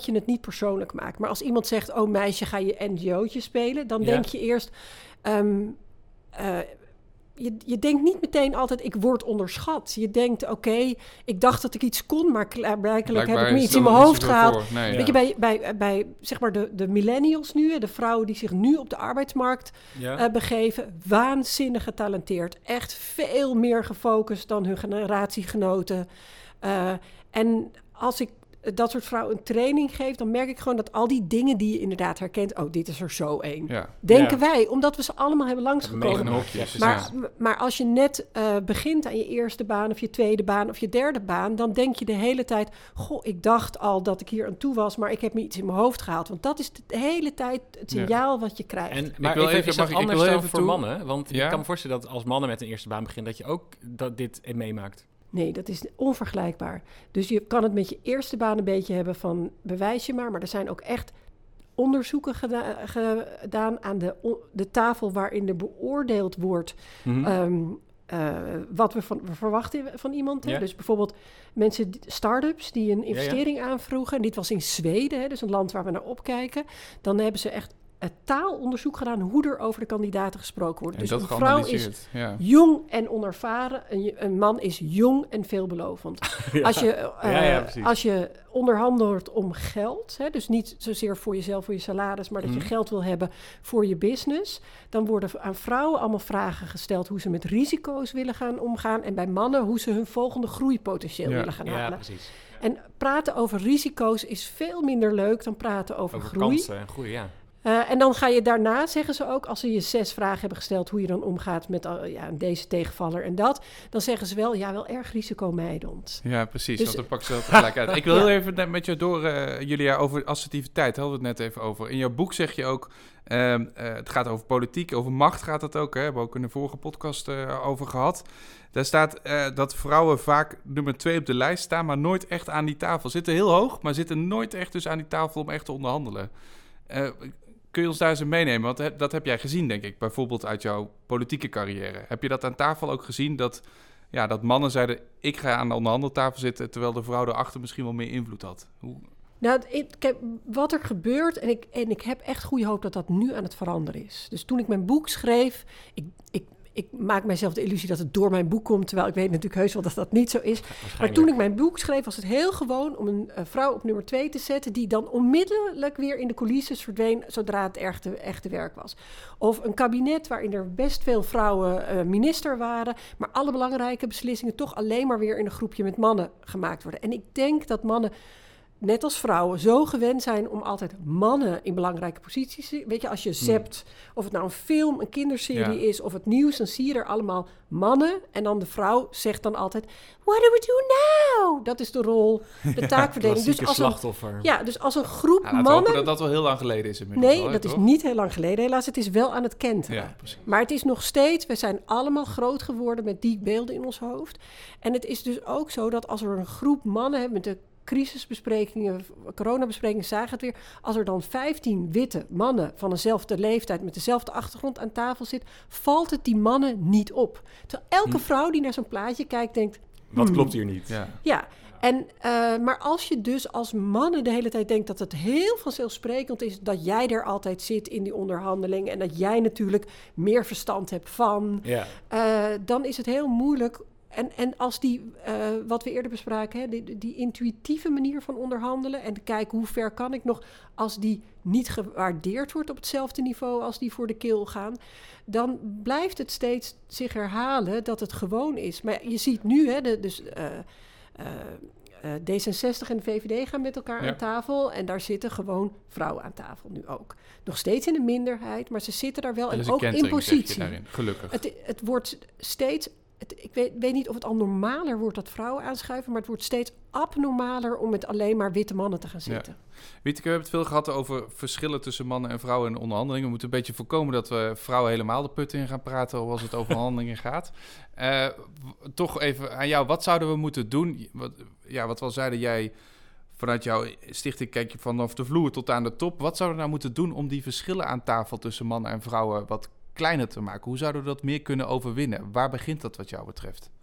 je het niet persoonlijk maakt. Maar als iemand zegt, oh meisje, ga je N G O'tje spelen, dan Ja. denk je eerst, um, uh, je, je denkt niet meteen altijd, ik word onderschat. Je denkt, oké, okay, ik dacht dat ik iets kon, maar blijkbaar heb ik me iets in mijn hoofd gehaald. Nee, Weet ja. je, bij, bij, bij zeg maar de, de millennials nu, de vrouwen die zich nu op de arbeidsmarkt Ja. uh, begeven, waanzinnig getalenteerd. Echt veel meer gefocust dan hun generatiegenoten. Uh, en als ik dat soort vrouwen een training geef, dan merk ik gewoon dat al die dingen die je inderdaad herkent, oh, dit is er zo één. Ja. Denken Ja. wij, omdat we ze allemaal hebben langsgekomen. Een hokje, precies. Maar, maar als je net uh, begint aan je eerste baan of je tweede baan of je derde baan, dan denk je de hele tijd, goh, ik dacht al dat ik hier aan toe was, maar ik heb me iets in mijn hoofd gehaald. Want dat is de hele tijd het signaal ja. wat je krijgt. En, maar wil even, even- is mag dat ik- ik anders wil dan even voor toe- mannen? Want Ja? ik kan me voorstellen dat als mannen met een eerste baan beginnen, dat je ook dat dit meemaakt. Nee, dat is onvergelijkbaar. Dus je kan het met je eerste baan een beetje hebben van bewijs je maar. Maar er zijn ook echt onderzoeken geda- gedaan aan de, o- de tafel waarin er beoordeeld wordt Mhm. um, uh, wat we, van, we verwachten van iemand. Hè? Ja. Dus bijvoorbeeld mensen, die- start-ups die een investering ja, ja. aanvroegen. En dit was in Zweden, hè, dus een land waar we naar opkijken. Dan hebben ze echt een taalonderzoek gedaan hoe er over de kandidaten gesproken wordt. En Dus dat een vrouw is geanalyseerd. Ja. jong en onervaren. Een, een man is jong en veelbelovend. Ja. Als, je, uh, Ja, ja, precies. als je onderhandelt om geld, hè, dus niet zozeer voor jezelf, voor je salaris, maar dat Mhm. je geld wil hebben voor je business, dan worden aan vrouwen allemaal vragen gesteld hoe ze met risico's willen gaan omgaan en bij mannen hoe ze hun volgende groeipotentieel Ja. willen gaan Ja, halen. precies. En praten over risico's is veel minder leuk dan praten over, Over groei. kansen en groei, ja. Uh, en dan ga je daarna, zeggen ze ook, als ze je zes vragen hebben gesteld hoe je dan omgaat met uh, ja, deze tegenvaller en dat, dan zeggen ze wel, ja, wel erg risicomijdend. Ja, precies. Dus- want dan pak ze dat tegelijk uit. Ik wil heel even net met je door, uh, Julia, over assertiviteit. Daar hadden we het net even over. In jouw boek zeg je ook, um, uh, het gaat over politiek, over macht gaat het ook. Hè? We hebben ook in de vorige podcast uh, over gehad. Daar staat uh, dat vrouwen vaak nummer twee op de lijst staan, maar nooit echt aan die tafel. Zitten heel hoog, maar zitten nooit echt dus aan die tafel om echt te onderhandelen. Uh, Kun je ons daar eens in meenemen? Want he, dat heb jij gezien, denk ik, bijvoorbeeld uit jouw politieke carrière. Heb je dat aan tafel ook gezien, dat, ja, dat mannen zeiden, ik ga aan de onderhandeltafel zitten, terwijl de vrouw erachter misschien wel meer invloed had? Hoe... Nou, ik, kijk, wat er gebeurt, en ik, en ik heb echt goede hoop dat dat nu aan het veranderen is. Dus toen ik mijn boek schreef, ik, ik, ik maak mijzelf de illusie dat het door mijn boek komt, terwijl ik weet natuurlijk heus wel dat dat niet zo is. Maar toen ik mijn boek schreef, was het heel gewoon om een uh, vrouw op nummer twee te zetten, die dan onmiddellijk weer in de coulisses verdween, zodra het echte, echte werk was. Of een kabinet waarin er best veel vrouwen uh, minister waren, maar alle belangrijke beslissingen toch alleen maar weer in een groepje met mannen gemaakt worden. En ik denk dat mannen, net als vrouwen, zo gewend zijn om altijd mannen in belangrijke posities te... Weet je, als je zept, of het nou een film, een kinderserie Ja. is, of het nieuws, dan zie je er allemaal mannen. En dan de vrouw zegt dan altijd, what do we do now? Dat is de rol, de taakverdeling. Dus als, een, slachtoffer. ja, dus als een groep Ja, laten we hopen mannen... dat dat wel heel lang geleden is inmiddels. Nee, al, hè, dat is toch? niet heel lang geleden. Helaas, het is wel aan het kenteren. Ja, precies. Maar het is nog steeds, we zijn allemaal groot geworden met die beelden in ons hoofd. En het is dus ook zo dat als er een groep mannen hebben met de crisisbesprekingen, coronabesprekingen, zagen het weer. Als er dan vijftien witte mannen van dezelfde leeftijd met dezelfde achtergrond aan tafel zit, valt het die mannen niet op. Terwijl elke Hm. vrouw die naar zo'n plaatje kijkt, denkt, Wat hmm, klopt hier niet? Ja. ja, en, uh, maar als je dus als mannen de hele tijd denkt dat het heel vanzelfsprekend is dat jij er altijd zit in die onderhandeling en dat jij natuurlijk meer verstand hebt van, Ja. uh, dan is het heel moeilijk. En, en als die, uh, wat we eerder bespraken, hè, die, die intuïtieve manier van onderhandelen en te kijken hoe ver kan ik nog, als die niet gewaardeerd wordt op hetzelfde niveau als die voor de keel gaan, dan blijft het steeds zich herhalen dat het gewoon is. Maar je ziet nu, hè, de, dus uh, uh, uh, D zesenzestig en de V V D gaan met elkaar Ja. aan tafel en daar zitten gewoon vrouwen aan tafel nu ook. Nog steeds in een minderheid, maar ze zitten daar wel Er is en een ook in kentering, zeg je positie. daarin, gelukkig. Het, het wordt steeds... Het, ik weet, weet niet of het al normaler wordt dat vrouwen aanschuiven, maar het wordt steeds abnormaler om met alleen maar witte mannen te gaan zitten. Ja. Wieteke, we hebben het veel gehad over verschillen tussen mannen en vrouwen in de onderhandelingen. We moeten een beetje voorkomen dat we vrouwen helemaal de put in gaan praten als het over onderhandelingen gaat. Uh, w- toch even aan jou, wat zouden we moeten doen? Wat, ja, wat wel zeiden jij, vanuit jouw stichting kijk je vanaf de vloer tot aan de top. Wat zouden we nou moeten doen om die verschillen aan tafel tussen mannen en vrouwen wat kleiner te maken? Hoe zouden we dat meer kunnen overwinnen? Waar begint dat wat jou betreft?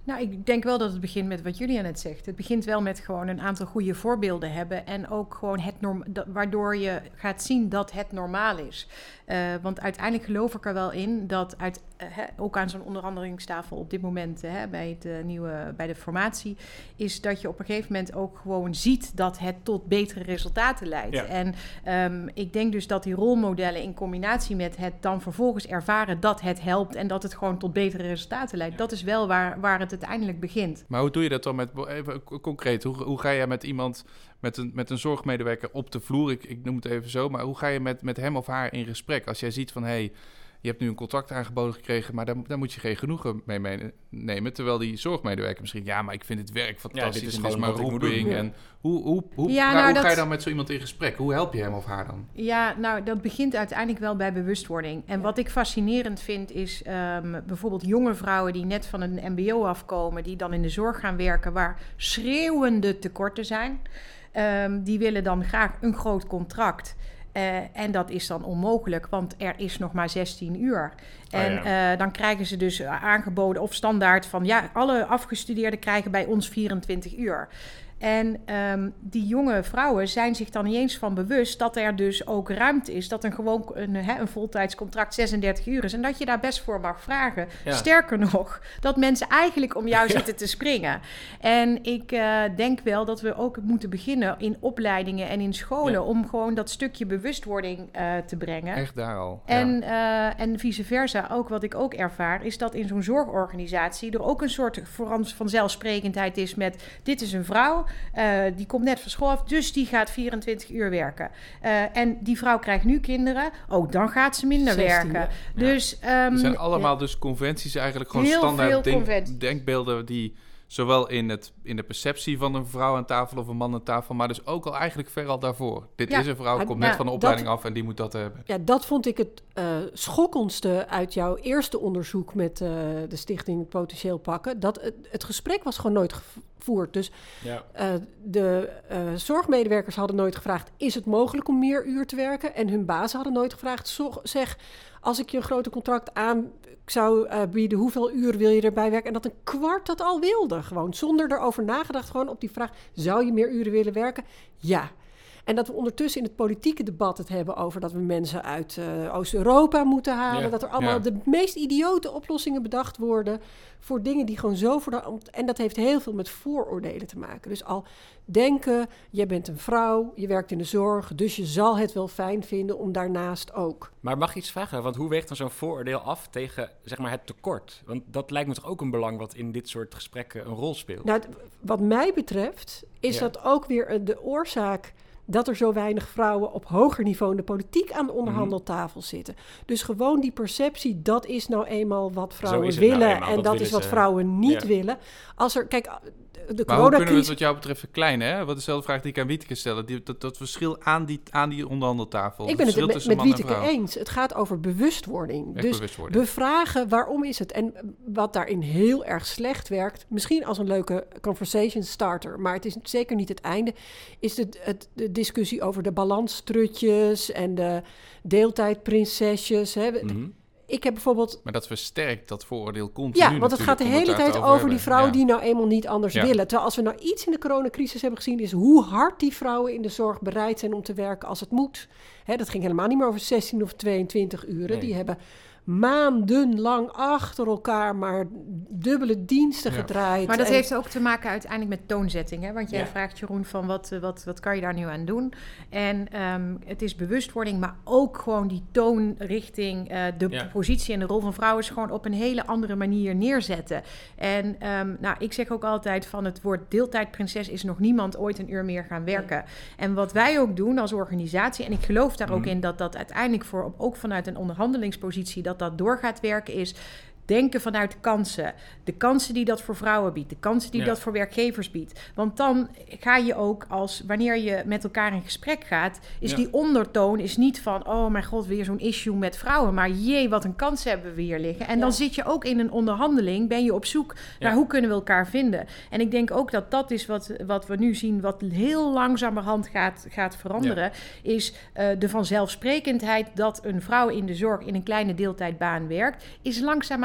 Nou, ik denk wel dat het begint met wat Julia net zegt. Het begint wel met gewoon een aantal goede voorbeelden hebben. En ook gewoon het norm, dat, waardoor je gaat zien dat het normaal is. Uh, want uiteindelijk geloof ik er wel in dat uit, uh, he, ook aan zo'n onderhandelingstafel op dit moment uh, bij, het, uh, nieuwe, bij de formatie, is dat je op een gegeven moment ook gewoon ziet dat het tot betere resultaten leidt. Ja. En um, ik denk dus dat die rolmodellen in combinatie met het dan vervolgens ervaren dat het helpt en dat het gewoon tot betere resultaten leidt. Ja. Dat is wel waar, waar het uiteindelijk begint. Maar hoe doe je dat dan met, even concreet, hoe, hoe ga je met iemand, met een, met een zorgmedewerker op de vloer, ik, ik noem het even zo, maar hoe ga je met, met hem of haar in gesprek? Als jij ziet van, hé, hey, je hebt nu een contract aangeboden gekregen, maar daar, daar moet je geen genoegen mee meenemen. Terwijl die zorgmedewerker misschien, ja, maar ik vind het werk fantastisch, ja, dit is, dit is mijn roeping. En hoe, hoe, hoe, ja, nou, nou, hoe dat... ga je dan met zo iemand in gesprek? Hoe help je hem of haar dan? Ja, nou, dat begint uiteindelijk wel bij bewustwording. En ja. wat ik fascinerend vind is um, bijvoorbeeld jonge vrouwen die net van een mbo afkomen, die dan in de zorg gaan werken, waar schreeuwende tekorten zijn. Um, die willen dan graag een groot contract. Uh, en dat is dan onmogelijk, want er is nog maar zestien uur. En oh ja. uh, dan krijgen ze dus aangeboden of standaard van, ja, alle afgestudeerden krijgen bij ons vierentwintig uur. En um, die jonge vrouwen zijn zich dan niet eens van bewust dat er dus ook ruimte is, dat een gewoon een, he, een voltijdscontract zesendertig uur is en dat je daar best voor mag vragen. Ja. Sterker nog, dat mensen eigenlijk om jou ja. zitten te springen. En ik uh, denk wel dat we ook moeten beginnen in opleidingen en in scholen ja. om gewoon dat stukje bewustwording uh, te brengen. Echt daar al. En, ja. uh, en vice versa, ook wat ik ook ervaar, is dat in zo'n zorgorganisatie er ook een soort vanzelfsprekendheid is met, dit is een vrouw, Uh, die komt net van school af, dus die gaat vierentwintig uur werken. Uh, en die vrouw krijgt nu kinderen, oh, dan gaat ze minder werken. Ja. Dus, um, er zijn allemaal ja. dus conventies eigenlijk gewoon heel standaard denk, denkbeelden die zowel in, het, in de perceptie van een vrouw aan tafel of een man aan tafel, maar dus ook al eigenlijk ver al daarvoor. Dit ja, is een vrouw, komt ja, net van de opleiding dat, af en die moet dat hebben. Ja, dat vond ik het uh, schokkendste uit jouw eerste onderzoek met uh, de stichting Potentieel Pakken. Dat het, het gesprek was gewoon nooit gevoerd. Dus ja. uh, de uh, zorgmedewerkers hadden nooit gevraagd, is het mogelijk om meer uur te werken? En hun bazen hadden nooit gevraagd, zo, zeg, als ik je een groter contract aan zou uh, bieden, hoeveel uur wil je erbij werken? En dat een kwart dat al wilde, gewoon zonder erover nagedacht, gewoon op die vraag, zou je meer uren willen werken? Ja. En dat we ondertussen in het politieke debat het hebben over dat we mensen uit uh, Oost-Europa moeten halen. Ja, dat er allemaal ja. de meest idiote oplossingen bedacht worden voor dingen die gewoon zo voor de... En dat heeft heel veel met vooroordelen te maken. Dus al denken, je bent een vrouw, je werkt in de zorg, dus je zal het wel fijn vinden om daarnaast ook. Maar mag ik iets vragen? Want hoe weegt dan zo'n vooroordeel af tegen, zeg maar, het tekort? Want dat lijkt me toch ook een belang wat in dit soort gesprekken een rol speelt? Nou, wat mij betreft is ja. dat ook weer de oorzaak dat er zo weinig vrouwen op hoger niveau in de politiek aan de onderhandeltafel zitten. Dus gewoon die perceptie, dat is nou eenmaal wat vrouwen willen nou eenmaal, en dat, dat is wat ze, vrouwen niet ja. willen. Als er, kijk, de maar hoe kunnen we het wat jou betreft verkleinen? Hè? Wat dezelfde vraag die ik aan Wieteke stelde. Die, dat, dat verschil aan die, aan die onderhandeltafel. Ik ben het met, met Wieteke eens. Het gaat over bewustwording. Echt dus bewustwording. Bevragen, waarom is het? En wat daarin heel erg slecht werkt, misschien als een leuke conversation starter, maar het is zeker niet het einde, is de, het, de discussie over de balanstrutjes en de deeltijdprinsesjes. Hè. Mm-hmm. Ik heb bijvoorbeeld... Maar dat versterkt dat vooroordeel continu. Ja, want het gaat de hele tijd over, over die vrouwen ja. die nou eenmaal niet anders ja. willen. Terwijl als we nou iets in de coronacrisis hebben gezien, is hoe hard die vrouwen in de zorg bereid zijn om te werken als het moet. Hè, dat ging helemaal niet meer over zestien of tweeëntwintig uren. Nee. Die hebben maandenlang achter elkaar maar dubbele diensten ja. gedraaid. Maar dat en... heeft ook te maken uiteindelijk met toonzetting. Hè? Want jij ja. vraagt, Jeroen, van wat, wat, wat kan je daar nu aan doen? En um, het is bewustwording, maar ook gewoon die toon richting uh, de ja. positie en de rol van vrouwen is gewoon op een hele andere manier neerzetten. En um, nou, ik zeg ook altijd van het woord deeltijdprinses is nog niemand ooit een uur meer gaan werken. Ja. En wat wij ook doen als organisatie, en ik geloof daar mm. ook in dat dat uiteindelijk voor ook vanuit een onderhandelingspositie dat dat door gaat werken, is denken vanuit de kansen. De kansen die dat voor vrouwen biedt. De kansen die ja. dat voor werkgevers biedt. Want dan ga je ook als, wanneer je met elkaar in gesprek gaat, is ja. die ondertoon is niet van, oh mijn god, weer zo'n issue met vrouwen. Maar jee, wat een kans hebben we hier liggen. En ja. dan zit je ook in een onderhandeling, ben je op zoek ja. naar hoe kunnen we elkaar vinden. En ik denk ook dat dat is wat, wat we nu zien, wat heel langzamerhand gaat, gaat veranderen, ja. is uh, de vanzelfsprekendheid dat een vrouw in de zorg in een kleine deeltijdbaan werkt, is langzaamaan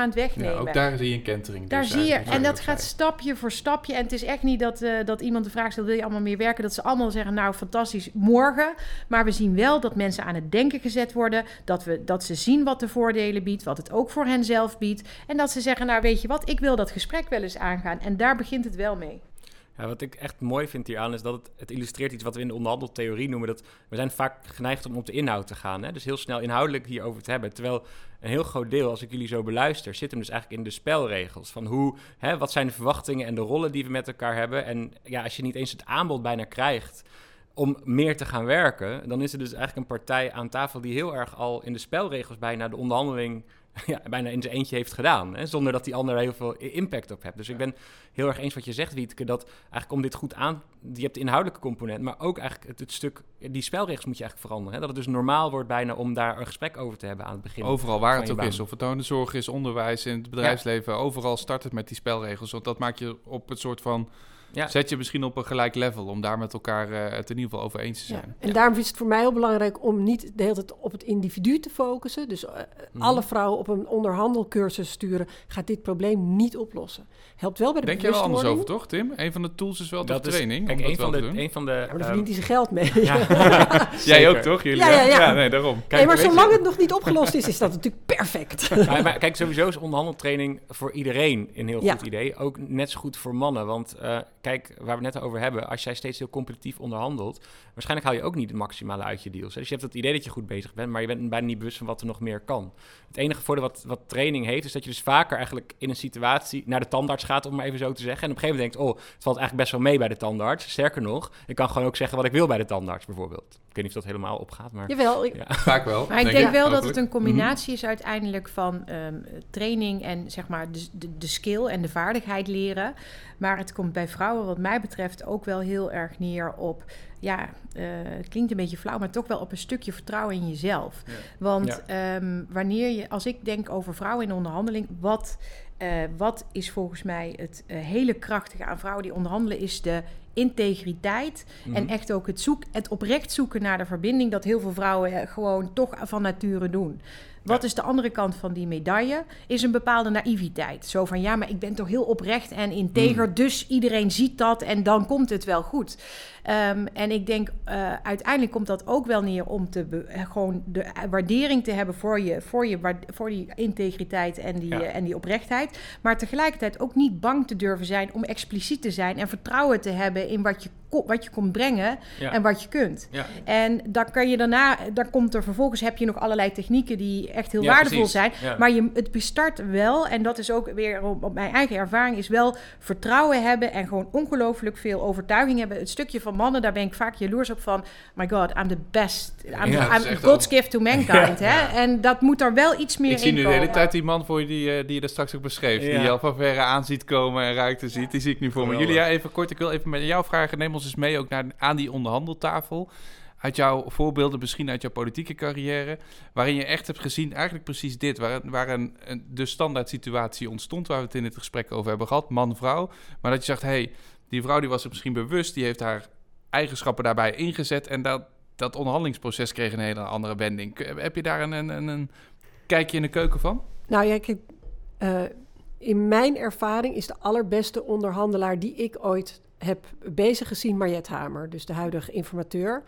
het wegnemen. Ja, ook daar zie je een kentering. Daar dus zie je, eigenlijk, en dat wat gaat zei. stapje voor stapje. En het is echt niet dat, uh, dat iemand de vraag stelt, wil je allemaal meer werken? Dat ze allemaal zeggen, nou fantastisch, morgen. Maar we zien wel dat mensen aan het denken gezet worden. Dat, we, dat ze zien wat de voordelen biedt, wat het ook voor hen zelf biedt. En dat ze zeggen, nou weet je wat, ik wil dat gesprek wel eens aangaan. En daar begint het wel mee. Ja, wat ik echt mooi vind hieraan is dat het, het illustreert iets wat we in de onderhandeltheorie noemen. Dat we zijn vaak geneigd om op de inhoud te gaan. Hè? Dus heel snel inhoudelijk hierover te hebben. Terwijl een heel groot deel, als ik jullie zo beluister, zit hem dus eigenlijk in de spelregels. Van hoe, hè, wat zijn de verwachtingen en de rollen die we met elkaar hebben. En ja, als je niet eens het aanbod bijna krijgt om meer te gaan werken, dan is er dus eigenlijk een partij aan tafel die heel erg al in de spelregels bijna de onderhandeling ja, bijna in zijn eentje heeft gedaan. Hè, zonder dat die ander er heel veel impact op heeft. Dus ik ben heel erg eens wat je zegt, Wietke, dat eigenlijk om dit goed aan... Je hebt de inhoudelijke component, maar ook eigenlijk het, het stuk... Die spelregels moet je eigenlijk veranderen. Hè? Dat het dus normaal wordt bijna om daar een gesprek over te hebben aan het begin. Overal waar het ook baan. is. Of het nou in de zorg is, onderwijs, in het bedrijfsleven. Ja. Overal start het met die spelregels. Want dat maakt je op het soort van... Ja. Zet je misschien op een gelijk level om daar met elkaar uh, het in ieder geval over eens te zijn. Ja. En ja. daarom is het voor mij heel belangrijk om niet de hele tijd op het individu te focussen. Dus uh, mm. alle vrouwen op een onderhandelcursus sturen gaat dit probleem niet oplossen. Helpt wel bij de Denk jij wel anders over, toch, Tim? Een van de tools is wel de training. Kijk, om een, dat van wel de, te doen. een van de... Ja, maar daar verdient hij zijn geld mee. Ja. Jij ook, toch? Jullie ja, ja, ja. ja, nee, daarom. Kijk, nee, maar zolang je... het nog niet opgelost is, is dat natuurlijk perfect. maar, maar kijk, sowieso is onderhandeltraining voor iedereen een heel ja. goed idee. Ook net zo goed voor mannen. Want uh, kijk, waar we net over hebben, als jij steeds heel competitief onderhandelt, waarschijnlijk haal je ook niet het maximale uit je deals. Hè? Dus je hebt het idee dat je goed bezig bent, maar je bent bijna niet bewust van wat er nog meer kan. Het enige voordeel wat, wat training heeft, is dat je dus vaker eigenlijk in een situatie naar de tandarts gaat, om maar even zo te zeggen. En op een gegeven moment denkt, oh, het valt eigenlijk best wel mee bij de tandarts. Sterker nog, ik kan gewoon ook zeggen wat ik wil bij de tandarts, bijvoorbeeld. Ik weet niet of dat helemaal opgaat, maar... Jawel. Ik... Ja. Vaak wel. Maar ik denk, denk wel dat het een combinatie is uiteindelijk van um, training en zeg maar de, de, de skill en de vaardigheid leren. Maar het komt bij vrouwen wat mij betreft ook wel heel erg neer op... Ja, uh, het klinkt een beetje flauw, maar toch wel op een stukje vertrouwen in jezelf. Ja. Want ja. um, wanneer je, als ik denk over vrouwen in onderhandeling, wat, uh, wat is volgens mij het uh, hele krachtige aan vrouwen die onderhandelen, is de integriteit mm-hmm. en echt ook het, zoek, het oprecht zoeken naar de verbinding, dat heel veel vrouwen uh, gewoon toch van nature doen. Wat ja. is de andere kant van die medaille? Is een bepaalde naïviteit. Zo van, ja, maar ik ben toch heel oprecht en integer, mm. dus iedereen ziet dat en dan komt het wel goed. Um, en ik denk, uh, uiteindelijk komt dat ook wel neer om te be- gewoon de waardering te hebben voor je, voor je voor die integriteit en die, ja. uh, en die oprechtheid. Maar tegelijkertijd ook niet bang te durven zijn om expliciet te zijn en vertrouwen te hebben in wat je wat je komt brengen ja. en wat je kunt. Ja. En dan kan je daarna, dan komt er vervolgens, heb je nog allerlei technieken die echt heel ja, waardevol precies. zijn. Ja. Maar je, het bestart wel, en dat is ook weer op, op mijn eigen ervaring, is wel vertrouwen hebben en gewoon ongelooflijk veel overtuiging hebben. Het stukje van mannen, daar ben ik vaak jaloers op van, my god, I'm the best. I'm, ja, I'm God's al... gift to mankind. Ja. Hè? Ja. En dat moet er wel iets meer in Ik zie nu komen. de hele tijd die man voor je die, die je er straks ook beschreef, ja. die je al van verre aan ziet komen en ruikt en ziet. Ja. Die zie ik nu voor me. Julia, even kort, ik wil even met jou vragen, neem ons eens mee ook naar, aan die onderhandeltafel. Uit jouw voorbeelden, misschien uit jouw politieke carrière, waarin je echt hebt gezien, eigenlijk precies dit, waar, waar een, een, de standaard situatie ontstond, waar we het in het gesprek over hebben gehad, man-vrouw, maar dat je zegt, hé, hey, die vrouw die was er misschien bewust, die heeft haar eigenschappen daarbij ingezet en dat, dat onderhandelingsproces kreeg een hele andere wending. Heb je daar een, een, een kijkje in de keuken van? Nou ja, kijk, uh, in mijn ervaring is de allerbeste onderhandelaar die ik ooit heb bezig gezien Mariette Hamer, dus de huidige informateur.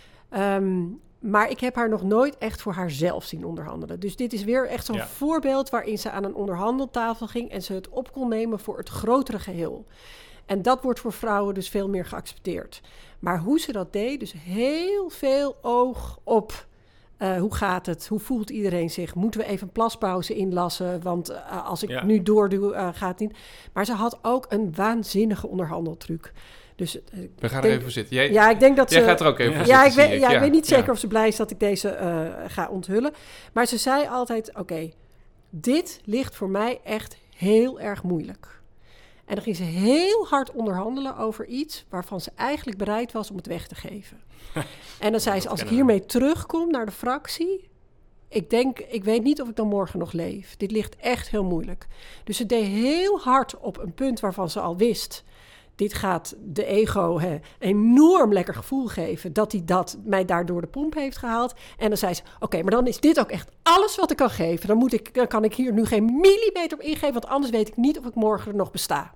Um, maar ik heb haar nog nooit echt voor haarzelf zien onderhandelen. Dus dit is weer echt zo'n ja. voorbeeld waarin ze aan een onderhandeltafel ging en ze het op kon nemen voor het grotere geheel. En dat wordt voor vrouwen dus veel meer geaccepteerd. Maar hoe ze dat deed, dus heel veel oog op uh, hoe gaat het, hoe voelt iedereen zich, moeten we even een plaspauze inlassen, want uh, als ik ja. nu doordoe, uh, gaat het niet. Maar ze had ook een waanzinnige onderhandeltruc. Dus, uh, we gaan denk, er even zitten. Jij, ja, ik denk dat jij ze, gaat er ook even ja. voor ja, zitten. Ik weet, ja, ja, ik weet niet zeker ja. of ze blij is dat ik deze uh, ga onthullen. Maar ze zei altijd, oké, okay, dit ligt voor mij echt heel erg moeilijk. En dan ging ze heel hard onderhandelen over iets waarvan ze eigenlijk bereid was om het weg te geven. En dan zei ze, als ik hiermee terugkom naar de fractie, ik denk, ik weet niet of ik dan morgen nog leef. Dit ligt echt heel moeilijk. Dus ze deed heel hard op een punt waarvan ze al wist, dit gaat de ego hè, enorm lekker gevoel geven dat hij dat mij daardoor de pomp heeft gehaald. En dan zei ze, oké, okay, maar dan is dit ook echt alles wat ik kan geven. Dan, moet ik, dan kan ik hier nu geen millimeter op ingeven, want anders weet ik niet of ik morgen nog besta.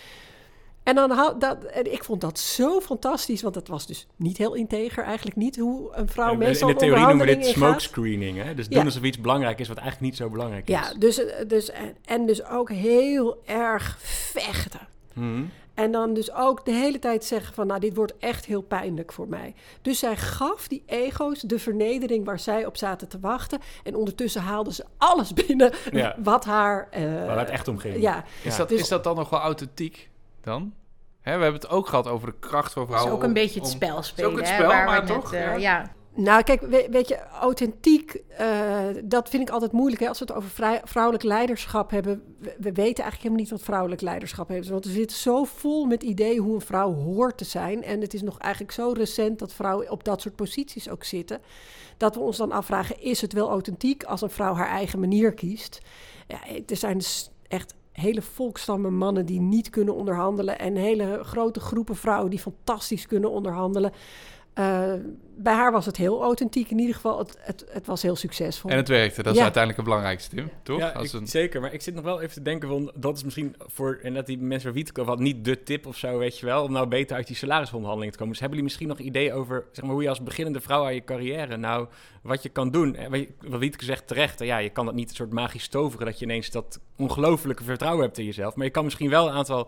En, dan, dat, en ik vond dat zo fantastisch, want dat was dus niet heel integer. Eigenlijk niet hoe een vrouw in, meestal in de theorie noemen we dit ingaat. smokescreening. Hè? Dus doen ja. alsof iets belangrijk is wat eigenlijk niet zo belangrijk is. Ja, dus, dus, en, en dus ook heel erg vechten. Hmm. En dan dus ook de hele tijd zeggen van, nou, dit wordt echt heel pijnlijk voor mij. Dus zij gaf die ego's de vernedering waar zij op zaten te wachten. En ondertussen haalde ze alles binnen Ja. wat haar... Uh, waar het echt om ging. Ja. Is, Ja. dat, Dus- is dat dan nog wel authentiek dan? Hè, we hebben het ook gehad over de kracht van Dat vrouwen. is ook een om- beetje het om- spel is spelen. ook het hè, spel, waar maar we net, toch? eh, ja. ja. Nou, kijk, weet, weet je, authentiek, uh, dat vind ik altijd moeilijk. Hè? Als we het over vrij, vrouwelijk leiderschap hebben, we, we weten eigenlijk helemaal niet wat vrouwelijk leiderschap is. Want we zitten zo vol met ideeën hoe een vrouw hoort te zijn. En het is nog eigenlijk zo recent dat vrouwen op dat soort posities ook zitten. Dat we ons dan afvragen, is het wel authentiek als een vrouw haar eigen manier kiest? Ja, er zijn dus echt hele volkstammen mannen die niet kunnen onderhandelen. En hele grote groepen vrouwen die fantastisch kunnen onderhandelen. Uh, bij haar was het heel authentiek. In ieder geval, het, het, het was heel succesvol. En het werkte, dat is Ja. uiteindelijk het belangrijkste, Tim, toch? Ja, Als ik- een... zeker. Maar ik zit nog wel even te denken van, dat is misschien voor, en dat die mensen waar Wietke had niet de tip of zo, weet je wel, om nou beter uit die salarisonderhandeling te komen. Dus hebben jullie misschien nog ideeën over, zeg maar, hoe je als beginnende vrouw aan je carrière, nou, wat je kan doen? En wat je- wat Wietke zegt terecht, ja, je kan dat niet een soort magisch toveren, dat je ineens dat ongelofelijke vertrouwen hebt in jezelf. Maar je kan misschien wel een aantal,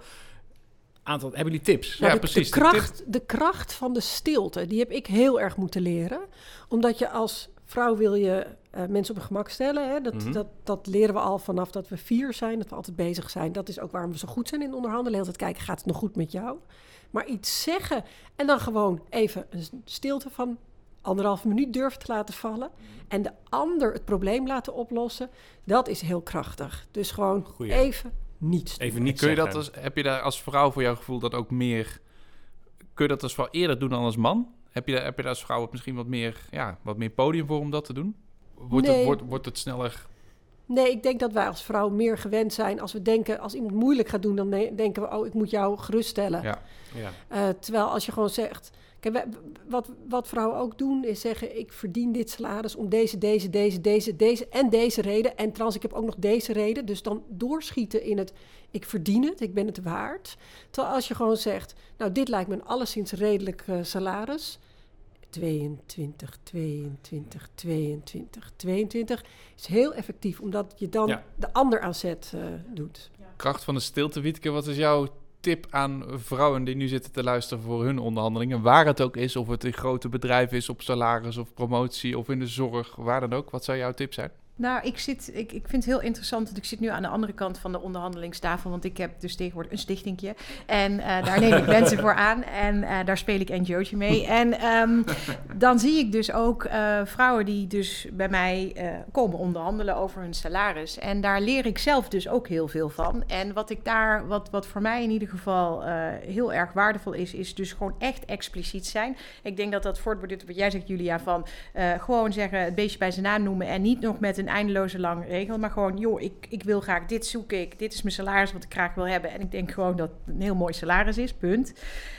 aantal hebben jullie tips? Ja, de, precies. De De kracht, de kracht van de stilte, die heb ik heel erg moeten leren. Omdat je als vrouw wil je uh, mensen op hun gemak stellen. Hè? Dat, Mhm. dat, dat leren we al vanaf dat we vier zijn, dat we altijd bezig zijn. Dat is ook waarom we zo goed zijn in onderhandelen. Altijd kijken, gaat het nog goed met jou? Maar iets zeggen en dan gewoon even een stilte van anderhalve minuut durven te laten vallen. En de ander het probleem laten oplossen, dat is heel krachtig. Dus gewoon Goeie. even niets doen. Even niet Kun je dat zeggen. als, heb je daar als vrouw voor jouw gevoel dat ook meer... Kun je dat als vrouw eerder doen dan als man? Heb je, daar- heb je daar als vrouw misschien wat meer, ja, wat meer podium voor om dat te doen? Wordt, Nee. het, wordt, wordt het sneller... Nee, ik denk dat wij als vrouw meer gewend zijn. Als we denken, als iemand moeilijk gaat doen, dan de- denken we, oh, ik moet jou geruststellen. Ja. Ja. Uh, terwijl als je gewoon zegt... Kijk, wij- wat, wat vrouwen ook doen, is zeggen, ik verdien dit salaris om deze, deze, deze, deze, deze en deze reden. En trouwens, ik heb ook nog deze reden. Dus dan doorschieten in het, ik verdien het, ik ben het waard. Terwijl als je gewoon zegt, nou, dit lijkt me een alleszins redelijk uh, salaris. tweeëntwintig, tweeëntwintig, tweeëntwintig, tweeëntwintig is heel effectief, omdat je dan Ja. de ander aan zet uh, doet. Kracht van de stilte, Wietke, wat is jouw tip aan vrouwen die nu zitten te luisteren voor hun onderhandelingen? Waar het ook is, of het in grote bedrijven is, op salaris of promotie of in de zorg, waar dan ook. Wat zou jouw tip zijn? Nou, ik, zit, ik, ik vind het heel interessant, want ik zit nu aan de andere kant van de onderhandelingstafel, want ik heb dus tegenwoordig een stichtingje en uh, daar neem ik mensen voor aan en uh, daar speel ik N G O'tje mee. En um, dan zie ik dus ook uh, vrouwen die dus bij mij uh, komen onderhandelen over hun salaris. En daar leer ik zelf dus ook heel veel van. En wat ik daar, wat, wat voor mij in ieder geval uh, heel erg waardevol is, is dus gewoon echt expliciet zijn. Ik denk dat dat voortborduurt op wat jij zegt, Julia, van uh, gewoon zeggen, het beestje bij zijn naam noemen en niet nog met een eindeloze lang regel, maar gewoon, joh, ik, ik wil graag, dit zoek ik, dit is mijn salaris wat ik graag wil hebben en ik denk gewoon dat het een heel mooi salaris is, punt.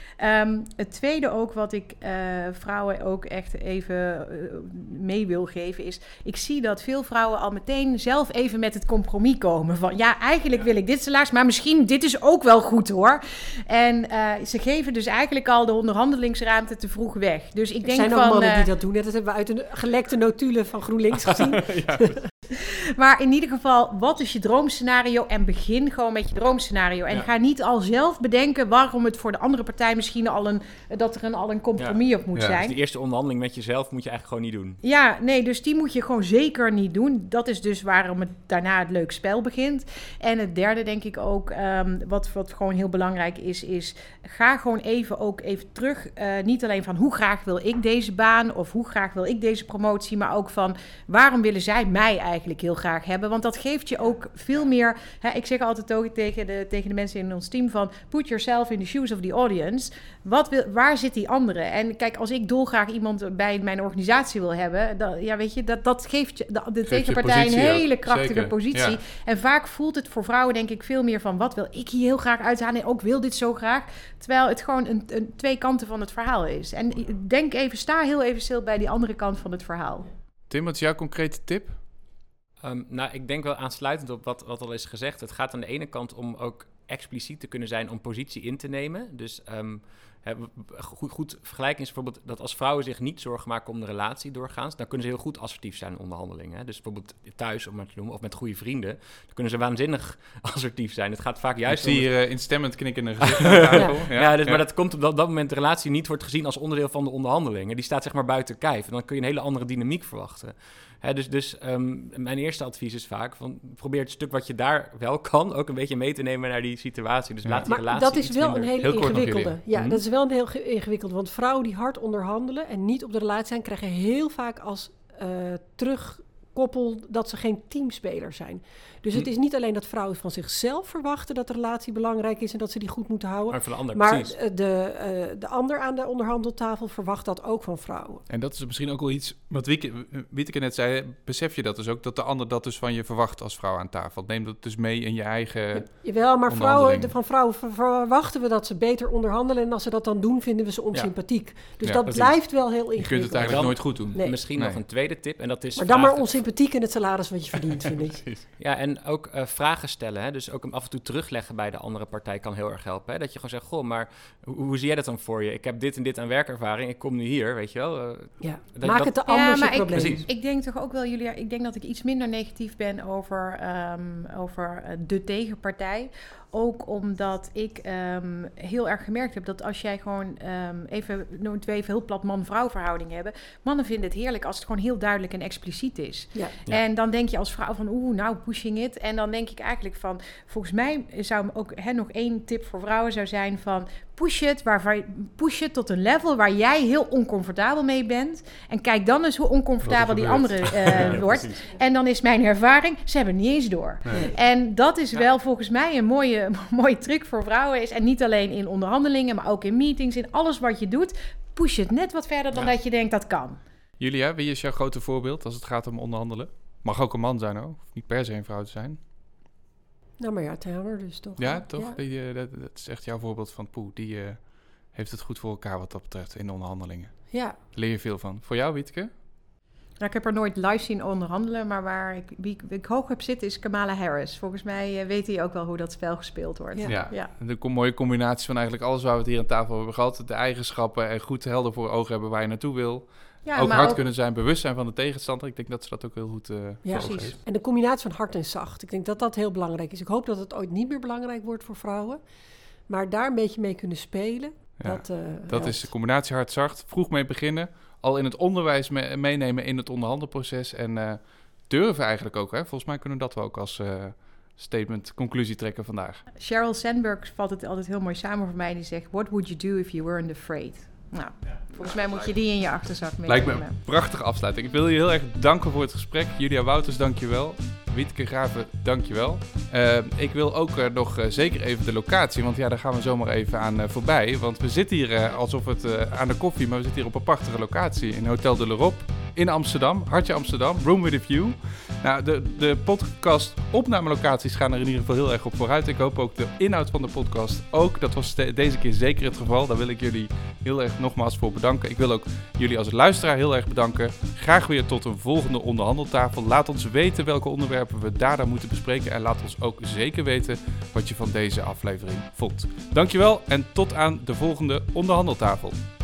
Um, het tweede ook wat ik uh, vrouwen ook echt even uh, mee wil geven is, ik zie dat veel vrouwen al meteen zelf even met het compromis komen van, ja, eigenlijk wil ik dit salaris, maar misschien dit is ook wel goed hoor. En uh, ze geven dus eigenlijk al de onderhandelingsruimte te vroeg weg. Dus ik Er denk zijn van, ook mannen uh, die dat doen. Dat hebben we uit een gelekte notulen van GroenLinks gezien. Ja. Maar in ieder geval, wat is je droomscenario? En begin gewoon met je droomscenario. En Ja. ga niet al zelf bedenken waarom het voor de andere partij misschien al een, dat er een, al een compromis op moet Ja, zijn. Dus die eerste onderhandeling met jezelf moet je eigenlijk gewoon niet doen. Ja, nee, dus die moet je gewoon zeker niet doen. Dat is dus waarom het daarna het leuk spel begint. En het derde denk ik ook, um, wat, wat gewoon heel belangrijk is, is ga gewoon even ook even terug. Uh, niet alleen van hoe graag wil ik deze baan of hoe graag wil ik deze promotie, maar ook van waarom willen zij mij eigenlijk heel graag hebben. Want dat geeft je ook veel meer... Hè, ik zeg altijd ook tegen de, tegen de mensen in ons team van... put yourself in the shoes of the audience. Wat wil, waar zit die andere? En kijk, als ik dolgraag iemand bij mijn organisatie wil hebben... Dan, ja, weet je, dat, dat geeft je, de, de Geeft je tegenpartij een positie ook. hele krachtige Zeker, positie. ja. En vaak voelt het voor vrouwen denk ik veel meer van... wat wil ik hier heel graag uithalen en ook wil dit zo graag. Terwijl het gewoon een, een twee kanten van het verhaal is. En denk even, sta heel even stil bij die andere kant van het verhaal. Tim, wat is jouw concrete tip? Um, nou, ik denk wel aansluitend op wat, wat al is gezegd. Het gaat aan de ene kant om ook expliciet te kunnen zijn om positie in te nemen. Dus um, he, goed, goed vergelijking is bijvoorbeeld dat als vrouwen zich niet zorgen maken om de relatie doorgaans, dan kunnen ze heel goed assertief zijn in onderhandelingen. Hè. Dus bijvoorbeeld thuis, om het te noemen, of met goede vrienden, dan kunnen ze waanzinnig assertief zijn. Het gaat vaak juist Ik zie om... hier uh, instemmend knikkende gezicht aan tafel. Ja, Ja, ja, dus, ja. maar dat komt omdat op dat moment de relatie niet wordt gezien als onderdeel van de onderhandelingen. Die staat zeg maar buiten kijf. En dan kun je een hele andere dynamiek verwachten. Hè, dus dus um, mijn eerste advies is vaak van probeer het stuk wat je daar wel kan ook een beetje mee te nemen naar die situatie. Dus Ja. laat die Maar relatie dat is iets wel minder... een hele Heel kort nog, ingewikkelde. Julia. Ja, Mhm. dat is wel een heel ge- ingewikkeld. Want vrouwen die hard onderhandelen en niet op de relatie zijn, krijgen heel vaak als uh, terugkoppel dat ze geen teamspeler zijn. Dus het Hm. is niet alleen dat vrouwen van zichzelf verwachten dat de relatie belangrijk is en dat ze die goed moeten houden. Maar van de ander, Maar precies. uh, de, uh, de ander aan de onderhandeltafel verwacht dat ook van vrouwen. En dat is misschien ook wel iets wat Wieke, Wieteke net zei. Besef je dat dus ook, dat de ander dat dus van je verwacht als vrouw aan tafel? Neem dat dus mee in je eigen... Ja, jawel, maar vrouwen, onderhandeling. de, van vrouwen ver- verwachten we dat ze beter onderhandelen. En als ze dat dan doen, vinden we ze onsympathiek. Dus Ja, dat precies. blijft wel heel Je kunt ingewikkeld. het eigenlijk Dan- nooit goed doen. Nee. Misschien Nee. nog een tweede tip en dat is Maar dan maar vragen- onsympathiek in het salaris wat je verdient, vind ik. Precies. Ja, en ook uh, vragen stellen. Hè? Dus ook hem af en toe terugleggen bij de andere partij kan heel erg helpen. Hè? Dat je gewoon zegt, goh, maar hoe, hoe zie jij dat dan voor je? Ik heb dit en dit aan werkervaring, ik kom nu hier, weet je wel. Uh, Ja, dat- maak dat- het de Ja, ander zijn maar ik, probleem. Precies. ik denk toch ook wel, Julia, ik denk dat ik iets minder negatief ben over, um, over uh, de tegenpartij. Ook omdat ik um, heel erg gemerkt heb dat als jij gewoon um, even, noem twee even heel plat man-vrouw verhouding hebben. Mannen vinden het heerlijk als het gewoon heel duidelijk en expliciet is. Ja. Ja. En dan denk je als vrouw van, oeh, nou, pushing it. En dan denk ik eigenlijk van, volgens mij zou ook hè, nog één tip voor vrouwen zou zijn van, push it, waar, push it tot een level waar jij heel oncomfortabel mee bent. En kijk dan eens hoe oncomfortabel die gebeurt. andere uh, Ja, wordt. precies. En dan is mijn ervaring, ze hebben het niet eens door. Nee. En dat is Ja. wel volgens mij een mooie, mooie truc voor vrouwen. Is, en niet alleen in onderhandelingen, maar ook in meetings, in alles wat je doet. Push het net wat verder dan Ja. dat je denkt dat kan. Julia, wie is jouw grote voorbeeld als het gaat om onderhandelen? Mag ook een man zijn, hoor. Hoeft niet per se een vrouw te zijn. Nou, maar ja, Tamer dus toch. Ja, toch? Ja. Die, uh, dat, dat is echt jouw voorbeeld van poeh. Die uh, heeft het goed voor elkaar wat dat betreft in de onderhandelingen. Ja. Daar leer je veel van. Voor jou, Wietke? Nou, ik heb er nooit live zien onderhandelen, maar waar ik, wie ik, wie ik hoog heb zitten is Kamala Harris. Volgens mij uh, weet hij ook wel hoe dat spel gespeeld wordt. Ja. Ja. Ja. De kom- mooie combinatie van eigenlijk alles waar we het hier aan tafel hebben gehad. De eigenschappen en goed helder voor ogen hebben waar je naartoe wil. Ja, ook maar hard ook- kunnen zijn, bewust zijn van de tegenstander. Ik denk dat ze dat ook heel goed uh, Ja, voor ogen precies. heeft. En de combinatie van hard en zacht. Ik denk dat dat heel belangrijk is. Ik hoop dat het ooit niet meer belangrijk wordt voor vrouwen. Maar daar een beetje mee kunnen spelen. Ja. Dat, uh, Dat helpt. is de combinatie hard-zacht. Vroeg mee beginnen. Al in het onderwijs me- meenemen in het onderhandelproces. En uh, durven eigenlijk ook. Hè? Volgens mij kunnen we dat wel ook als uh, statement, conclusie trekken vandaag. Sheryl Sandberg valt het altijd heel mooi samen voor mij. Die zegt, what would you do if you weren't afraid? Nou, volgens mij moet je die in je achterzak Lijkt me meenemen. een prachtige afsluiting. Ik wil je heel erg danken voor het gesprek. Julia Wouters, dank je wel. Wietke Graven, dank je wel. Uh, ik wil ook uh, nog uh, zeker even de locatie, want ja, daar gaan we zomaar even aan uh, voorbij. Want we zitten hier uh, alsof het uh, aan de koffie, maar we zitten hier op een prachtige locatie in Hotel de l'Europe in Amsterdam, hartje Amsterdam, Room with a View. Nou, de, de podcast opnamelocaties gaan er in ieder geval heel erg op vooruit. Ik hoop ook de inhoud van de podcast ook. Dat was de, deze keer zeker het geval. Daar wil ik jullie heel erg nogmaals voor bedanken. Ik wil ook jullie als luisteraar heel erg bedanken. Graag weer tot een volgende onderhandeltafel. Laat ons weten welke onderwerpen we daar dan moeten bespreken. En laat ons ook zeker weten wat je van deze aflevering vond. Dankjewel en tot aan de volgende onderhandeltafel.